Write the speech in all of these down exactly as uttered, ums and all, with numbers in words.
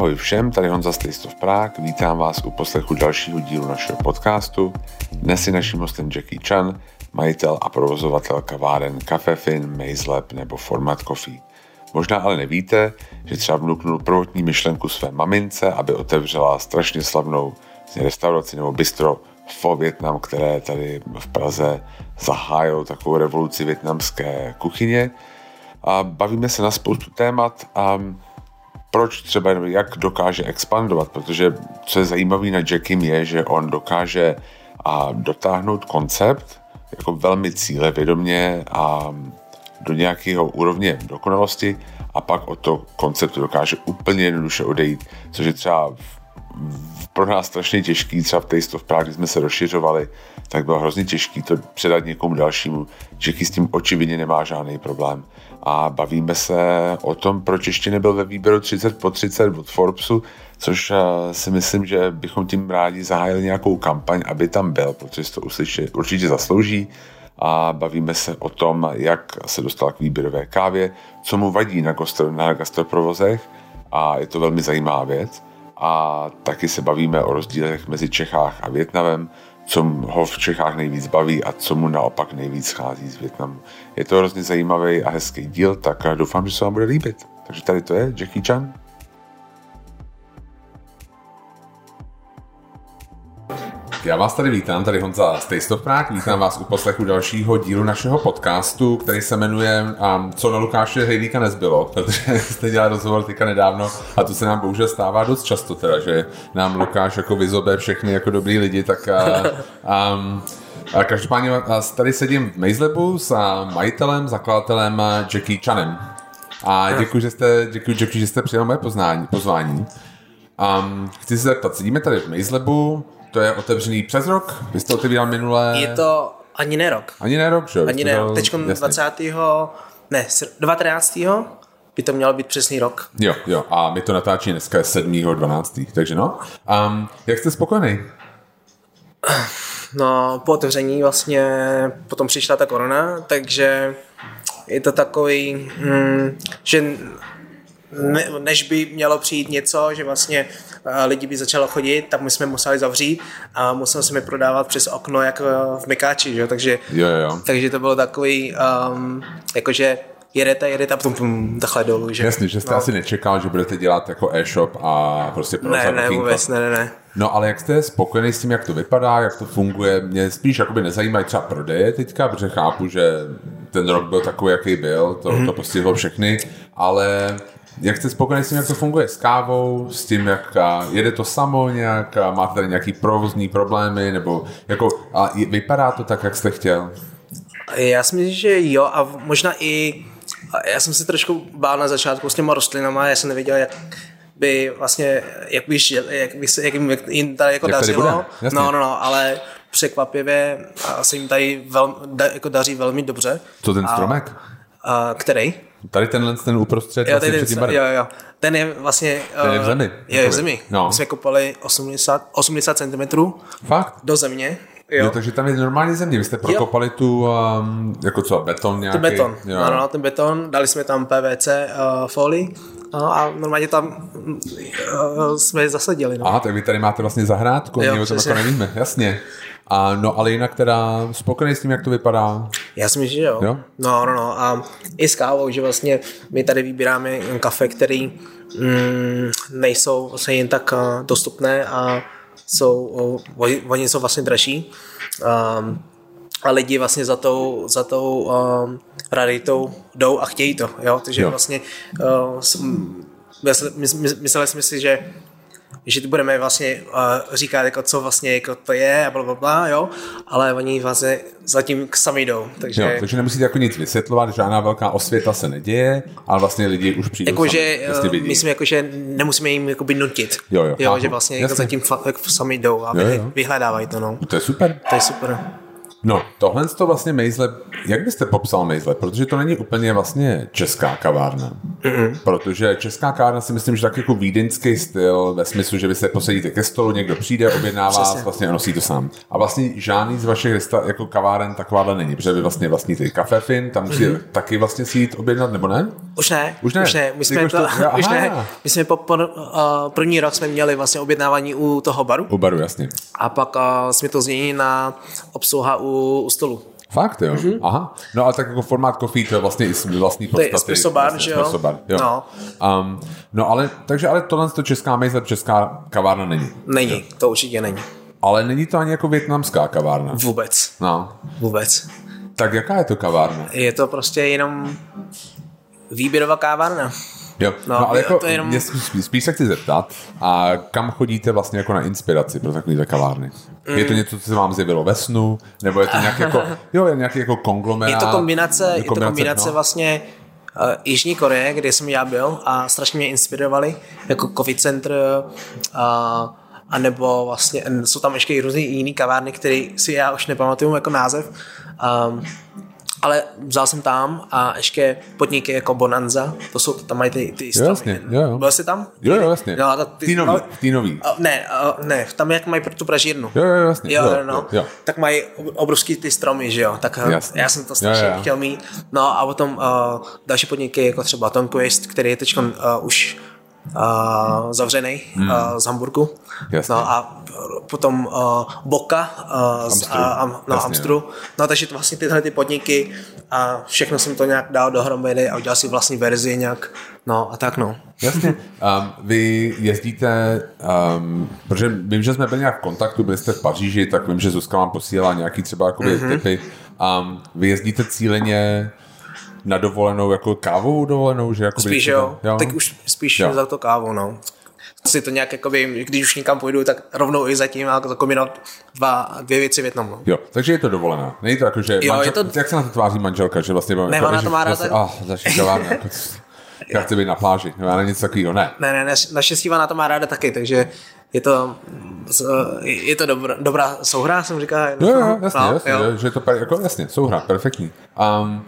Ahoj všem, tady Honza z Taste of Prague, vítám vás u poslechu dalšího dílu našeho podcastu. Dnes je naším hostem Jackie Chan, majitel a provozovatel kaváren Cafe Fin, Maze Lab nebo Format Coffee. Možná ale nevíte, že třeba vnuknul prvotní myšlenku své mamince, aby otevřela strašně slavnou restauraci nebo bistro Pho Vietnam, které tady v Praze zahájilo takovou revoluci vietnamské kuchyně. A bavíme se na spoustu témat a proč třeba, jak dokáže expandovat, protože co je zajímavé na Jackiem je, že on dokáže a dotáhnout koncept jako velmi cílevědomě a do nějakého úrovně dokonalosti a pak od toho konceptu dokáže úplně jednoduše odejít, což je třeba v, v, pro nás strašně těžký, třeba v Taste of Prague, když jsme se rozšiřovali, tak bylo hrozně těžký to předat někomu dalšímu. Jackie s tím očividně nemá žádný problém. A bavíme se o tom, proč ještě nebyl ve výběru třicet po třicet od Forbesu, což si myslím, že bychom tím rádi zahájili nějakou kampaň, aby tam byl, protože si to určitě, určitě zaslouží. A bavíme se o tom, jak se dostal k výběrové kávě, co mu vadí na, gastro, na gastroprovozech a je to velmi zajímavá věc. A taky se bavíme o rozdílech mezi Čechách a Vietnamem, co ho v Čechách nejvíc baví a co mu naopak nejvíc schází z Vietnamu. Je to hrozně zajímavý a hezký díl, tak doufám, že se vám bude líbit. Takže tady to je Jackie Chan. Já vás tady vítám, tady Honza z Taste of Prague, vítám vás u poslechu dalšího dílu našeho podcastu, který se jmenuje um, Co na Lukáše Hejlíka nezbylo, protože jste dělali rozhovor teďka nedávno a to se nám bohužel stává dost často teda, že nám Lukáš jako vyzobe všechny jako dobrý lidi, tak a, um, a každopádně tady sedím v Maze Labu s majitelem, zakladatelem Jackie Chanem. A děkuji, že jste, děkuji, Jackie, že jste přijal moje poznání, pozvání. Um, chci se zeptat, sedíme tady v Maze Labu. To je otevřený přes rok? Vy jste otevíral minulé... Je to ani ne rok. Ani ne rok, že jo? Ani ne rok. Teďko dvacátého Ne, devatenáctého by to mělo být přesný rok. Jo, jo. A my to natáčíme dneska sedmého dvanáctého Takže no. Um, jak jste spokojený? No, po otevření vlastně potom přišla ta korona, takže je to takový, hm, že... Ne, než by mělo přijít něco, že vlastně uh, lidi by začalo chodit, tak my jsme museli zavřít a museli jsme prodávat přes okno jako v Mekáči, že? Takže, jo, jo. takže to bylo takový, um, jakože jedete, jedete a potom pum, takhle dolů. Že? Jasně, že jste no. asi nečekal, že budete dělat jako e-shop a prostě pro Ne, ne, vůbec, ne, ne, ne. No ale jak jste spokojený s tím, jak to vypadá, jak to funguje, mě spíš jakoby nezajímají třeba prodeje teďka, protože chápu, že ten rok byl takový, jaký byl, to, mm-hmm. to postihlo všechny, ale... Jak jste spokojený s tím, jak to funguje s kávou, s tím, jak jede to samo nějak, máte tady nějaký provozní problémy, nebo jako, a vypadá to tak, jak jste chtěl? Já si myslím, že jo a možná i, já jsem se trošku bál na začátku s těma rostlinama, já jsem nevěděl, jak by vlastně, jak by, jak by se, jak jim tady jako jak dařilo, tady no, no, no, ale překvapivě se jim tady velmi, jako daří velmi dobře. Co ten stromek? A, a, který? Tady tenhle ten uprostřed, jo, vlastně před tím barem. Jo, jo. Ten je vlastně... Ten je v zemi. Je v zemi. No. My jsme kopali osmdesát centimetrů Fakt? do země. Jo. jo, takže tam je normální země. Vy jste prokopali jo. tu, um, jako co, beton nějaký? Tu beton, jo. no, no, ten beton, dali jsme tam P V C uh, folii no, a normálně tam uh, jsme je zasadili. No. Aha, tak vy tady máte vlastně zahrádku, my o tom jako nevíme, jasně. A no, ale jinak teda spokojený s tím, jak to vypadá? Já si myslím, že jo. jo. No, no, no. A i s kávou, že vlastně my tady vybíráme kafe, který mm, nejsou vlastně jen tak uh, dostupné a jsou, uh, oni jsou vlastně dražší. Um, a lidi vlastně za tou, za tou um, raritou jdou a chtějí to, jo. Takže jo. vlastně uh, mysleli jsme si, že že tu budeme vlastně uh, říkat, jako, co vlastně jako to je a blablabla, jo, ale oni vlastně zatím sami jdou. Takže, jo, takže nemusíte jako nic vysvětlovat, žádná velká osvěta se neděje, ale vlastně lidi už přijdou jako, sami. Že, vlastně vidí. Myslím, jako, že nemusíme jim jakoby nutit, jo, jo, jo, že vlastně jako zatím jako sami jdou a jo, jo. vyhledávají to. No. To je super. To je super. No, tohle to vlastně Maze Lab, jak byste popsal Maze Lab? Protože to není úplně vlastně česká kavárna. Mm-hmm. Protože česká kavárna si myslím, že tak jako vídeňský styl ve smyslu, že vy se posadíte ke stolu, někdo přijde, objednává vás vlastně a nosí to sám. A vlastně žádný z vašich resta, jako kaváren takováhle není, protože vy vlastně vlastníte Cafe Fin, tam musíte mm-hmm. taky vlastně si jít objednat, nebo ne? Už ne, už ne. Už ne. My jsme, to, to, už ne. My jsme po, po uh, první rok jsme měli vlastně objednávání u toho baru. U baru, jasně. A pak uh, jsme to změnili na obsluha u, u stolu. Fakt, jo? Mm-hmm. Aha. No ale tak jako formát coffee, to je vlastně i vlastní podstaty. To je espresso bar, vlastně, že jo? Espresso bar, jo. No. Um, no ale, takže ale tohle to česká Maze Lab, česká kavárna není. Není, jo. To určitě není. Ale není to ani jako vietnamská kavárna. Vůbec. No. Vůbec. Tak jaká je to kavárna? Je to prostě jenom výběrová kavárna. Jo, no, no ale jako, to jenom... spíš, spíš se chci zeptat, a kam chodíte vlastně jako na inspiraci pro takovýhle kavárny? Mm. Je to něco, co se vám zjevilo ve snu? Nebo je to nějaký jako, jo, je nějaký jako konglomerát? Je to kombinace, je kombinace, je to kombinace no. vlastně uh, Jižní Koreje, kde jsem já byl a strašně mě inspirovali, jako Coffee Center, uh, a nebo vlastně jsou tam ještě i různý jiný kavárny, které si já už nepamatuju jako název. Um, ale vzal jsem tam a ještě podniky jako Bonanza, to jsou, tam mají ty, ty stromy. Jasně, jo, jo. Byl jsi tam? Jo, jo, jasně. No, ty, tý nový, no, tý nový. Ne, ne, tam jak mají pro tu pražírnu. Jo, jo, jasně. Jo, jo, no, jo, jo. tak mají obrovský ty stromy, že jo, tak jasně. Já jsem to strašně jo, jo. chtěl mít. No a potom uh, další podniky, jako třeba Tonquist, který je teď uh, už Uh, zavřený hmm. uh, z Hamburgu. Jasně. No a potom uh, Boka uh, z uh, um, no, Amstru. No takže to vlastně tyhle ty podniky a všechno jsem to nějak dal dohromady a udělal si vlastní verzi nějak. No a tak no. Jasně. Um, vy jezdíte, um, protože vím, že jsme byli nějak v kontaktu, byli jste v Paříži, tak vím, že Zuzka vám posílala nějaký třeba jakoby mm-hmm. tipy. Um, vy jezdíte cíleně na dovolenou, jako kávovou dovolenou, že jako spíš jo, jo, teď už spíš jo. Za to kávu, no. Si to nějak, jakoby, když už někam půjdu, tak rovnou i zatím a zakombinovat dva, dvě věci v jednom. No. Jo, takže je to dovolená. Není to jako, že jo, manžel, to... jak se na to tváří manželka, že vlastně... Ne, jako, ona to má ráda. Vlastně, ah, začít kavárna, jako, já chci být na pláži, nebo něco takového, ne. Ne, ne, ne, naštěstí ona to má ráda taky, takže je to, je to dobrá, dobrá souhra, jsem říkal. Jo, jo, jasně, no, jasně, jo. Že je to, jako, jasně, souhra, perfektní. Um,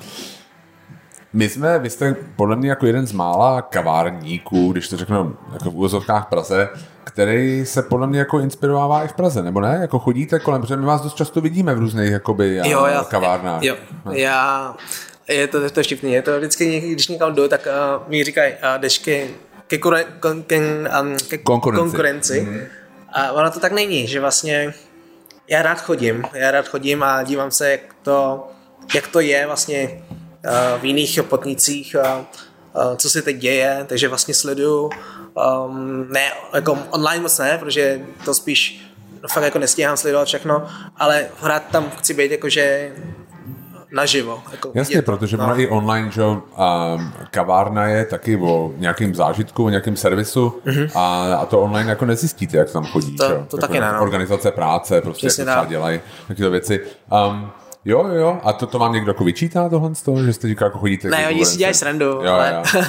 My jsme, vy jste podle mě jako jeden z mála kavárníků, když to řeknu jako v úvozovkách Praze, který se podle mě jako inspirovává i v Praze, nebo ne? Jako chodíte kolem, protože my vás dost často vidíme v různých jakoby, jo, já, kavárnách. Jo, no. já, je to, to vtipný, je to vždycky, když někam jdu, tak uh, mi říkají, uh, jdeš ke, ke, kure, kon, ke, um, ke konkurenci. konkurenci. Mm-hmm. A ono to tak není, že vlastně já rád chodím, já rád chodím a dívám se, jak to, jak to je vlastně v jiných podnicích, co se teď děje, takže vlastně sleduju, um, ne, jako online moc ne, protože to spíš fakt jako nestíhám sledovat všechno, ale hrát tam chci být jakože naživo. Jako jasně, vidět, protože no. Ono i online, že um, kavárna je taky o nějakým zážitku, o nějakým servisu mm-hmm. a, a to online jako nezjistíte, jak tam chodí. To, že? to jako taky ne, no. Organizace práce, prostě jak to třeba dělají, takové věci. Um, Jo, jo, jo. A to, to vám někdo jako vyčítá tohle z toho, že jste říká, jako chodíte? Ne, oni si dělají srandu. Jo, ale... jo.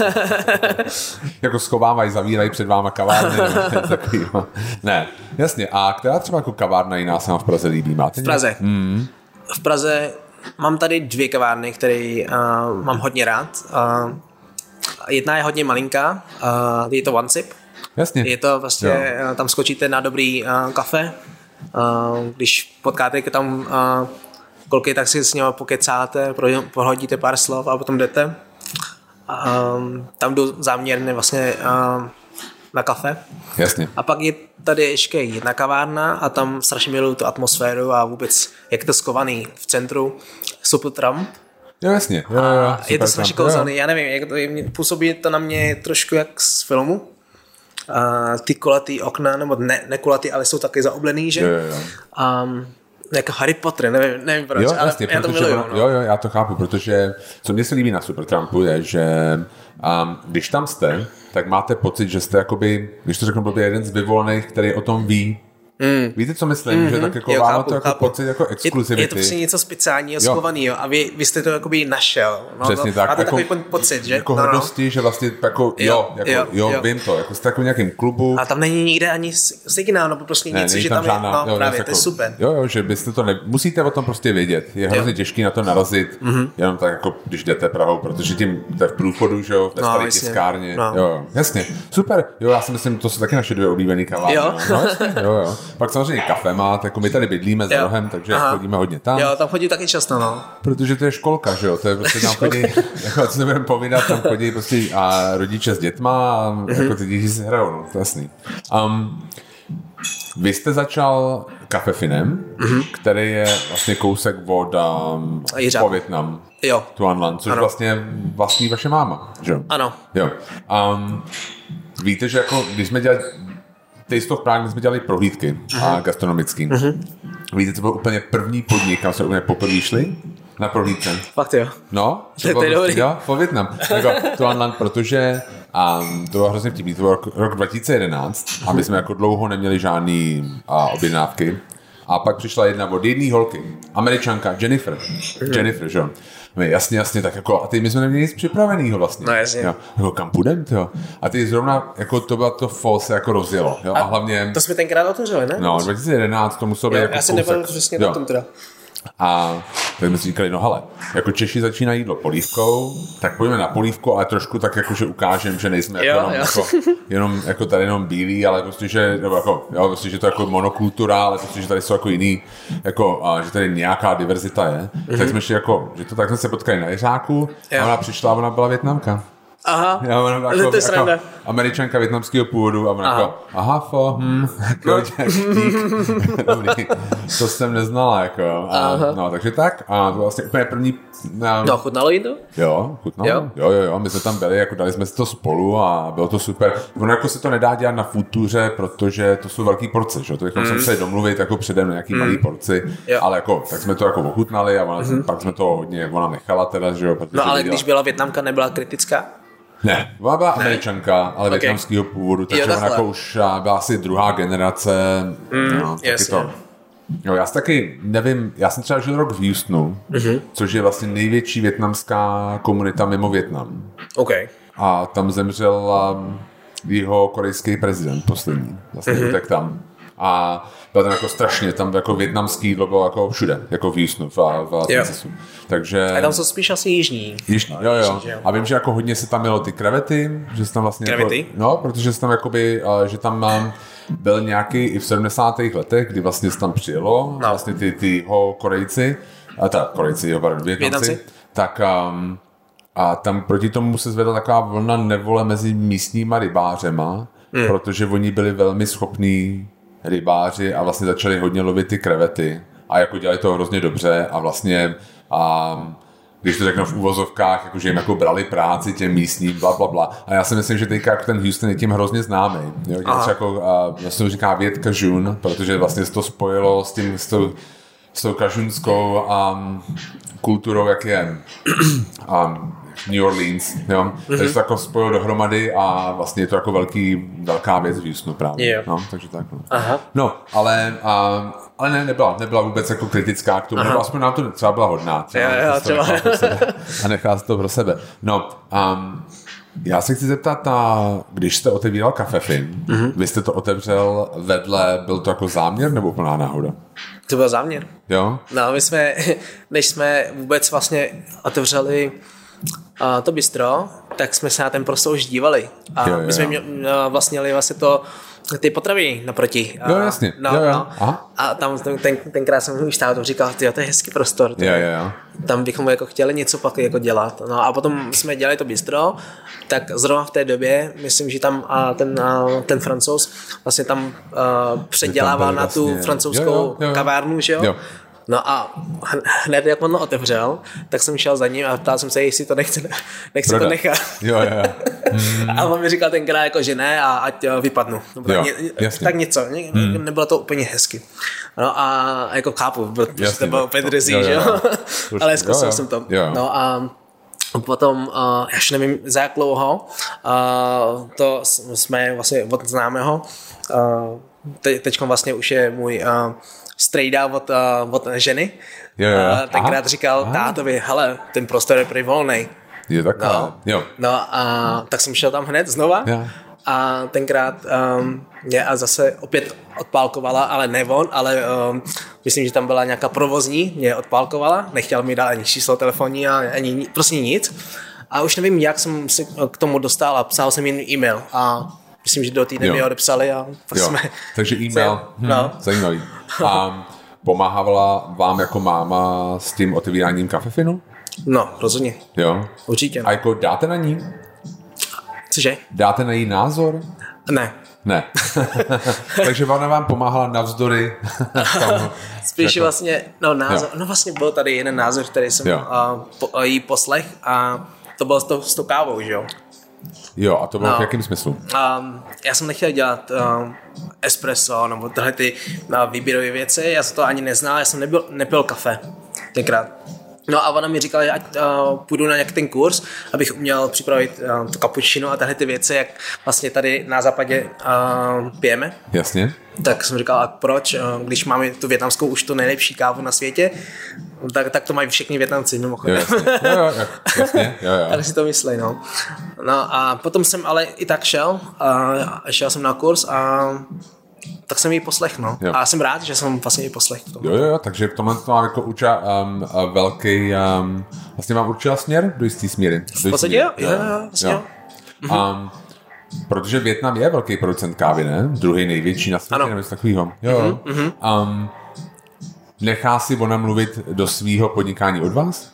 Jako schovávají, zavírají před váma kavárny. Nebo ne, jasně. A která třeba jako kavárna jiná se vám v Praze líbí? Máte v Praze. Mm. V Praze mám tady dvě kavárny, které uh, mám hodně rád. Uh, jedna je hodně malinká, uh, je to One Sip. Jasně. Je to vlastně, jo. Tam skočíte na dobrý uh, kafe. Uh, když potkáte tam... Uh, kolky, tak si s něma pokecáte, pohodíte pár slov a potom jdete. Um, tam jdu záměrně vlastně um, na kafe. Jasně. A pak je tady ještě jedna kavárna a tam strašně miluju tu atmosféru a vůbec, jak je to skovaný v centru. Super Trump. Jo, jasně. Jo, jo, jo, je to strašně kouzelný. Já nevím, jak to je, působí to na mě trošku jak z filmu. Uh, ty kulatý okna, nebo ne, ne kulatý, ale jsou taky zaoblený, že? Jo, jo, jo. Um, jako Harry Potter, nevím, nevím proč, jo, jasně, ale já to miluju. No. Jo, jo, já to chápu, protože co mě se líbí na Supertrampu je, že um, když tam jste, tak máte pocit, že jste jakoby, když to řeknu blbě, jeden z vyvolených, který o tom ví. Mm. Víte, co myslím? Mm-hmm. Že tak jako vám to jako pocit jako exkluzivity. Je, je to prostě něco speciálního, schovaného a vy, vy jste to jakoby našel. No, přesně to, tak. Máte jako, takový pocit, že? Jako no, hrdosti, no. Že vlastně jako jo, jako, jo, jo, jo, vím to. Jako jste jako v nějakém klubu. A tam není nikde ani signál, nebo prostě nic, že tam, tam je, no jo, právě, jako, to je super. Jo, jo, že byste to ne, musíte o tom prostě vědět. Je hrozně těžký na to narazit, mm-hmm. jenom tak jako, když jdete Prahou, protože tím jste v průchodu, že jo, v té no, staré tiskárně. No. Jo, jasně. Super. Jo, já si myslím, to jsou taky naše dvě oblíbené kavárny. Jo. No, jasně, jo, jo. Pak samozřejmě kafe má, jako my tady bydlíme za rohem, takže Aha. chodíme hodně tam. Jo, tam chodí taky často, no. Protože to je školka, že jo, to je prostě tam chodí, jako co nebudeme povídat, tam chodí prostě a rodiče s dětma a mm-hmm. jako ty děti si hrajou, no, to je jasný. Um, vy jste začal Cafefinem, mm-hmm. který je vlastně kousek od um, po Vietnam. Jo. Tuan Lan, což ano. vlastně vlastní vaše máma, že jo? Ano. Jo. Um, víte, že jako, když jsme dělali Taste of Prague, my jsme dělali prohlídky uh-huh. a gastronomický. Uh-huh. Víte, to byl úplně první podnik, kam jsme úplně poprvé šli na prohlídce. Fakt jo. No, to, to je dobrý. Jo, po Vietnam. Jako Tuan Lan, protože um, to bylo hrozně vtipný, to byl rok, rok dva tisíce jedenáct a my jsme jako dlouho neměli žádný uh, objednávky. A pak přišla jedna od jedné holky, Američanka, Jennifer. Mm. Jennifer, že jo. Jasně, jasně, tak jako, a ty my jsme neměli nic připravenýho vlastně. No jasně. Jo. Jako kam půjdem, tyjo. A ty zrovna, jako to bylo to fo se jako rozjelo, jo. A, a hlavně... To jsme tenkrát otevřeli, ne? No, dva tisíce jedenáct to muselo být jako já si nebudu přesně na tom teda. A tak jsme si říkali, no hele, jako Češi začínají jídlo polívkou, tak pojďme na polívku, ale trošku tak jako, že ukážem, že nejsme jo, jako, jenom, jako, jenom jako tady jenom bílí, ale prostě, že, nebo jako, jo, prostě, že to je jako monokultura, ale prostě, že tady jsou jako jiný, jako, a, že tady nějaká diverzita je. Mm-hmm. Tak jsme šli jako, že to tak jsme se potkali na Jiřáku a ona přišla a ona byla Vietnamka. Aha, já, ona jako, jako Američanka větnamského původu a ona aha. jako, aha, fo, hm, jako, dobrý, to jsem neznala, jako, a, no, takže tak, a to vlastně úplně první. Um, no, chutnalo jí to? Jo, chutnalo, jo. jo, jo, jo, my jsme tam byli, jako dali jsme si to spolu a bylo to super. Ono jako se to nedá dělat na foodtouře, protože to jsou velký porce, že? To bychom mm. se museli domluvit jako předem na nějaký mm. malý porci, jo. ale jako, tak jsme to jako ochutnali a ona, mm. pak jsme to hodně, ona nechala teda, že jo. No ale když byla Vietnamka, nebyla kritická? Ne, ona byla ne. Američanka, ale okay. větnamského původu, takže jo, ona jako už byla asi druhá generace. Mm, no, taky to. Jo, já si taky nevím, já jsem třeba žil rok v Houstonu, mm-hmm. což je vlastně největší větnamská komunita mimo Vietnam. Okay. A tam zemřel um, jeho korejský prezident poslední, vlastně mm-hmm. utek tam. A bylo tam jako strašně, tam jako větnamský jídlo bylo jako všude, jako v Houstonu, v, v Texasu. Takže... A tam jsou spíš asi jižní. Jižní, jo, jo. A vím, že jako hodně se tam jelo ty krevety, že se tam vlastně... Krevety? Jako, no, protože se tam jakoby, že tam um, byl nějaký i v sedmdesátých letech, kdy vlastně se tam přijelo, no. vlastně ty, ty ho Korejci, a ta Korejci, jo, pardon, Vietnamci, tak... Um, a tam proti tomu se zvedla taková vlna nevole mezi místníma rybářema, mm. protože oni byli velmi schopní rybáři a vlastně začali hodně lovit ty krevety a jako dělali to hrozně dobře a vlastně a když to řeknu v úvozovkách, jakože jim jako brali práci těm místním, bla, bla, bla. A já si myslím, že teďka ten Houston je tím hrozně známý. Jo? Jako, a vlastně říká Viet Cajun, protože vlastně se to spojilo s tím, s tou, s tou kažunskou um, kulturou, jak je um, New Orleans, jo. Mm-hmm. Takže se to jako spojilo dohromady a vlastně je to jako velký, velká věc v Houstonu právě. Yeah. No, takže tak. No, Aha. no ale, a, ale ne, nebyla, nebyla vůbec jako kritická k tomu, nebo aspoň nám to třeba byla hodná. Třeba, já, já, třeba. A nechá se to pro sebe. No, um, já se chci zeptat, a když jste otevíral Cafefin, mm-hmm. vy jste to otevřel vedle, byl to jako záměr nebo plná náhoda? To byl záměr. Jo? No, my jsme, než jsme vůbec vlastně otevřeli a to bistro, tak jsme se na ten prostor už dívali. A jo, jo, my jsme mě, vlastně měli vlastně to, ty potraviny naproti. A, jo, jasně. No, jo, jo. No. A tam ten, ten, tenkrát jsem už stál, říkal, tyjo, to je hezký prostor. Jo, jo, jo. Tam bychom jako chtěli něco pak jako dělat. No a potom jsme dělali to bistro, tak zrovna v té době, myslím, že tam a ten, a ten Francouz vlastně tam a, předělával na tu vlastně francouzskou jo, jo, jo. kavárnu, že jo? jo. No a hned jak on otevřel, tak jsem šel za ním a ptal jsem se, jestli to nechce, nechce to nechat. Jo, jo. Mm. A on mi říkal tenkrát jako, že ne a ať vypadnu. Jo, tak, tak něco, ne, mm. nebylo to úplně hezky. No a jako chápu, protože jasně, to bylo úplně drzí, že jo. Ale zkusil jo, jo. jsem to. Jo. No a potom, uh, já už nevím za jak dlouho, uh, to jsme vlastně od známého, uh, te, teďkom vlastně už je můj uh, strejda od, uh, od ženy. Jo, jo. Uh, tenkrát aha, říkal aha. tátovi, hele, ten prostor je prý volnej. Je takové, no, jo. No a tak jsem šel tam hned znova. Jo. A tenkrát um, mě a zase opět odpálkovala, ale ne on, ale um, myslím, že tam byla nějaká provozní, mě odpálkovala, nechtěl mi dát ani číslo telefonní a ani prostě nic. A už nevím, jak jsem si k tomu dostal a psal jsem jim e-mail a myslím, že do týdne mi odepsali a tak jo. jsme... Takže e-mail, hm, no. zajímavý. A pomáhala vám jako máma s tím otevíráním Cafefinu? No, rozhodně. Jo? Určitě. A jako dáte na ní? Cože? Dáte na jí názor? Ne. Ne. Takže ona vám pomáhala navzdory tomu. Spíš jako... vlastně, no názor, jo. no vlastně byl tady jeden názor, který jsem uh, po, jí poslech a to bylo s tou, s tou kávou, že jo? Jo, a to bylo no. v jakém smyslu? Um, já jsem nechtěl dělat um, espresso nebo tyhle ty uh, výběrové věci, já jsem to ani neznal, já jsem nebyl, nepil kafe tenkrát. No a ona mi říkala, že ať uh, půjdu na nějaký ten kurz, abych uměl připravit uh, to cappuccino a tahle ty věci, jak vlastně tady na západě uh, pijeme. Jasně. Tak jsem říkal, a proč, uh, když máme tu vietnamskou už tu nejlepší kávu na světě, tak, tak to mají všichni Vietnamci mimochodem. Jo, jasně. Jo, jo, jasně. Jo, jo. Tak si to myslej, no. No a potom jsem ale i tak šel a šel jsem na kurz a tak jsem ji poslech, no. Jo. A jsem rád, že jsem vlastně ji poslech. Jo, jo, jo, takže v tomhle to mám jako určitě um, velký, um, vlastně mám určitě směr do jistý směry. V podstatě jo, jo, jo, vlastně jo. Um, protože Vietnam je velký producent kávy, ne? Druhý největší na světě, nebo něco takového. Jo. Mm-hmm. Um, nechá si ona mluvit do svýho podnikání od vás?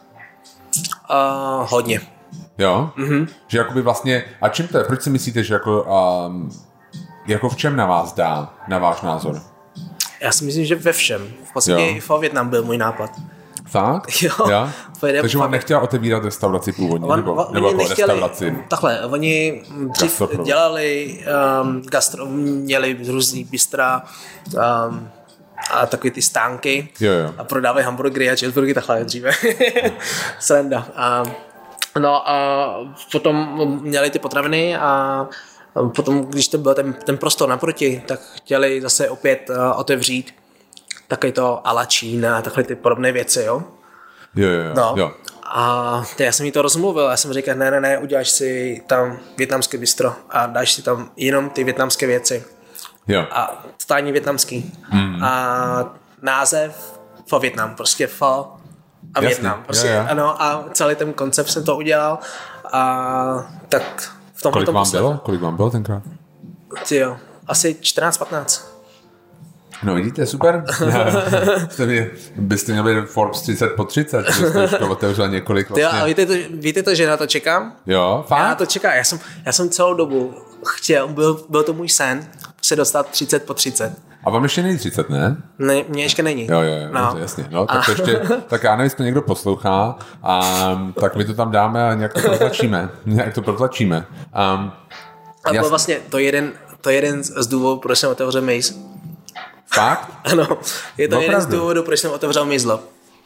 Uh, hodně. Jo? Mm-hmm. Že jakoby vlastně, a čím to je? Proč si myslíte, že jako... Um, jako v čem na vás dá, na váš názor? Já si myslím, že ve všem. V podstatě i v Vietnam byl můj nápad. Fakt? Jo. Ja? Takže vám nechtěla otevírat restauraci původně? On, nebo on, nebo jako nechtěli, restauraci? Takhle, oni dřív dělali um, gastro, měli různý bystra um, a takový ty stánky jo, jo. a prodávali hamburgery a cheeseburgery, takhle dříve. Sranda. A, no a potom měli ty potraviny a potom, když to byl ten, ten prostor naproti, tak chtěli zase opět uh, otevřít takový to a la Čína a takhle ty podobné věci, jo? Jo, jo, jo. No. jo. A já jsem jí to rozmluvil, já jsem říkal, ne, ne, ne, uděláš si tam vietnamské bistro a dáš si tam jenom ty vietnamské věci. Jo. A totálně vietnamský. Mm. A název for Vietnam, prostě for a Vietnam. Prostě, jo, jo. Ano, a celý ten koncept jsem to udělal a tak v tom Kolik tom vám posledě. bylo? Kolik vám bylo tenkrát? Ty jo, asi čtrnáct patnáct. No vidíte, super. Jste by, byste měli Forbes třicet po třicet, že jste už to otevřel několik vlastně. Ty, a víte to, víte to, že na to čekám? Jo, fakt? Já na to čekám, já jsem, já jsem celou dobu chtěl, byl, byl to můj sen, se dostat třicet po třicet. A vám ještě není třicet, ne? Ne, mě ještě není. Jo, jo, jo, no. Jasně. No, tak, to ještě, tak já nevím, jestli to někdo poslouchá, um, tak my to tam dáme a nějak to protlačíme. Nějak to protlačíme. Um, a byl vlastně to jeden, to jeden z důvodů, proč jsem otevřel Maze. Fakt? Ano, je to no, jeden pravdu. z důvodů, proč jsem otevřel Mizlo.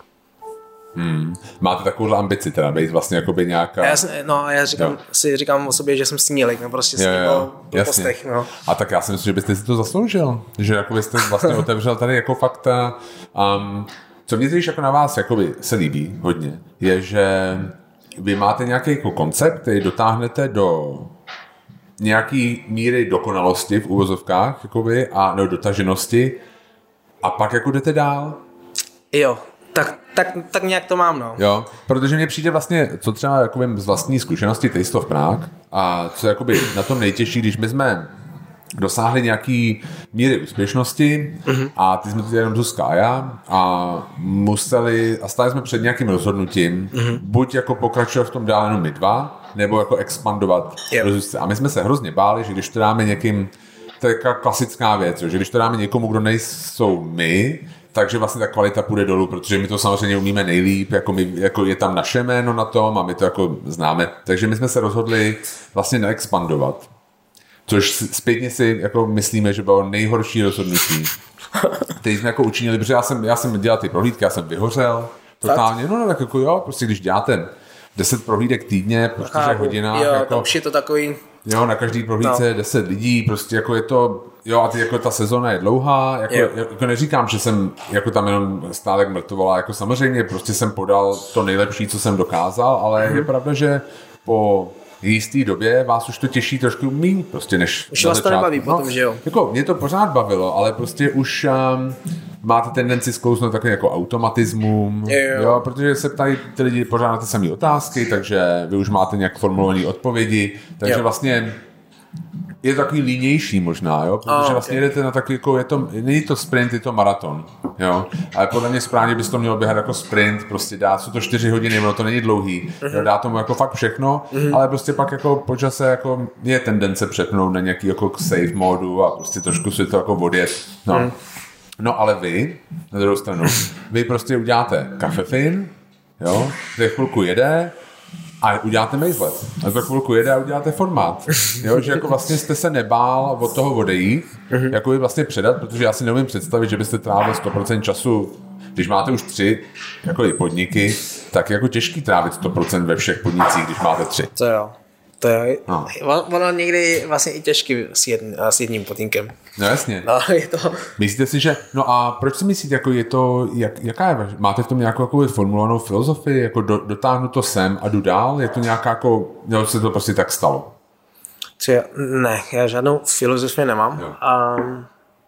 Hmm. Máte takovou ambici teda, být vlastně jakoby nějaká... Já jsem, no, já říkám, si říkám o sobě, že jsem snílek, no prostě jo, jo, po postech, no. A tak já si myslím, že byste si to zasloužil, že jakoby jste vlastně otevřel tady jako fakt, um, co mě teď jako na vás jakoby se líbí hodně, je, že vy máte nějaký jako koncept, který dotáhnete do nějaký míry dokonalosti v úvozovkách, jakoby, a no, dotaženosti a pak jako jdete dál. Jo, tak, tak, tak nějak to mám, no. Jo, protože mně přijde vlastně, co třeba jakoby z vlastní zkušenosti Taste of Prague a co jakoby na tom nejtěžší, když my jsme dosáhli nějaký míry úspěšnosti mm-hmm. a ty jsme to jenom tu Skája a museli, a stáli jsme před nějakým rozhodnutím, mm-hmm. buď jako pokračovat v tom dál jenom my dva, nebo jako expandovat. Yep. A my jsme se hrozně báli, že když to dáme někým, to je klasická věc, že když to dáme někomu, kdo nejsou my, takže vlastně ta kvalita půjde dolů, protože my to samozřejmě umíme nejlíp, jako, my, jako je tam naše jméno na tom a my to jako známe. Takže my jsme se rozhodli vlastně neexpandovat. Což zpětně si jako myslíme, že bylo nejhorší rozhodnutí. Teď jsme jako učinili, protože já jsem, já jsem dělal ty prohlídky, já jsem vyhořel totálně. No, no tak jako jo, prostě když děláte deset prohlídek týdně po čtyřech hodinách. Jo, jako, to už je to takový... Jo, na každý prohlídce no. deset lidí, prostě jako je to, jo a ty, jako ta sezona je dlouhá, jako, jako neříkám, že jsem jako tam jenom stále mrtvovala, jako samozřejmě prostě jsem podal to nejlepší, co jsem dokázal, ale mm-hmm. je pravda, že po jistý době vás už to těší trošku méně, prostě než už vás to nebaví no, potom, že jo? Jako mě to pořád bavilo, ale prostě už um, máte tendenci sklouznout takový jako automatismum, jo, jo. jo, protože se ptají ty lidi pořád na ty samé otázky, takže vy už máte nějak formulované odpovědi, takže jo. vlastně je takový línější možná, jo, protože oh, vlastně okay. jdete na takový, jako je to, není to sprint, je to maraton, jo, ale podle mě správně bys to mělo běhat jako sprint, prostě dá, jsou to čtyři hodiny, ono to není dlouhý, mm-hmm. jo, dá tomu jako fakt všechno, mm-hmm. ale prostě pak jako po čase jako je tendence přepnout na nějaký jako save modu a prostě trošku si to jako odjet, no. Mm. No ale vy, na druhou stranu, vy prostě uděláte kafefin, jo, za chvilku jede, a uděláte Mazelet. A za chvilku jede a uděláte formát. Jo, že jako vlastně jste se nebál od toho odejít, mm-hmm. jako je vlastně předat, protože já si neumím představit, že byste trávil sto procent času, když máte už tři jako i podniky, tak je jako těžký trávit sto procent ve všech podnicích, když máte tři. To jo. To je, no. Ono někdy vlastně i těžký s, jedn, s jedním podnikem. No jasně. No, je to... Myslíte si, že, no a proč si myslíte, jako je to, jak, jaká je, máte v tom nějakou jako formulovanou filozofii, jako do, dotáhnu to sem a jdu dál, je to nějaká jako, nebo se to prostě tak stalo? Třeba, ne, já žádnou filozofii nemám. Um,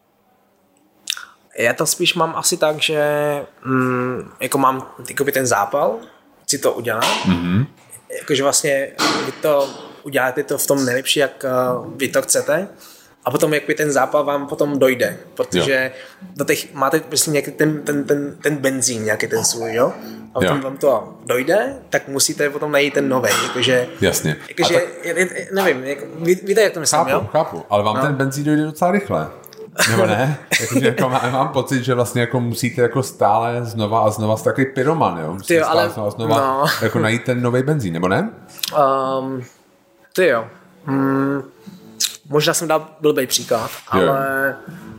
já to spíš mám asi tak, že mm, jako mám jakoby ten zápal, chci to udělat, mm-hmm. jakože vlastně vy to uděláte to v tom nejlepší, jak uh, vy to chcete a potom jakby ten zápal vám potom dojde, protože jo. do těch máte prostě nějaký ten, ten, ten, ten benzín, nějaký ten svůj, jo? A potom jo. vám to dojde, tak musíte potom najít ten nový, jakože... Jasně. Jakože, tak... nevím, jak, ví, víte, jak to myslím, chápu, jo? Chápu, ale vám no. ten benzín dojde docela rychle. Nebo ne? Jakože jako mám, mám pocit, že vlastně jako musíte jako stále znova a znova s takový pyroman, jo? Musíte Tyjo, stále ale... znova, znova no. jako najít ten nový benzín, nebo ne? Um, ty jo. Hmm, možná jsem dal blbej příklad, jo. ale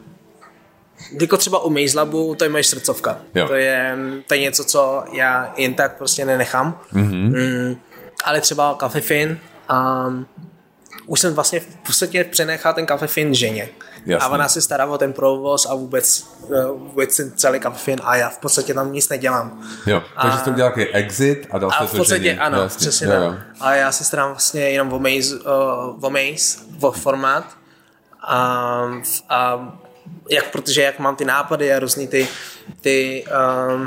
jako třeba u Mazelabu, to je moje srdcovka. To je, to je něco, co já jen tak prostě nenechám. Mm-hmm. Mm, ale třeba Cafefin, um, už jsem vlastně v podstatě přenechal ten Cafefin ženě. Jasně. A ona se stará o ten provoz a vůbec, vůbec ten celý Cafefin a já v podstatě tam nic nedělám. Jo, takže jste udělal takový exit a dal jste to ženě. A v podstatě ano, jasně. Přesně jo, jo. A já se starám vlastně jenom o Maze, uh, o Maze, o formát a, a jak, protože jak mám ty nápady a různý ty ty, um,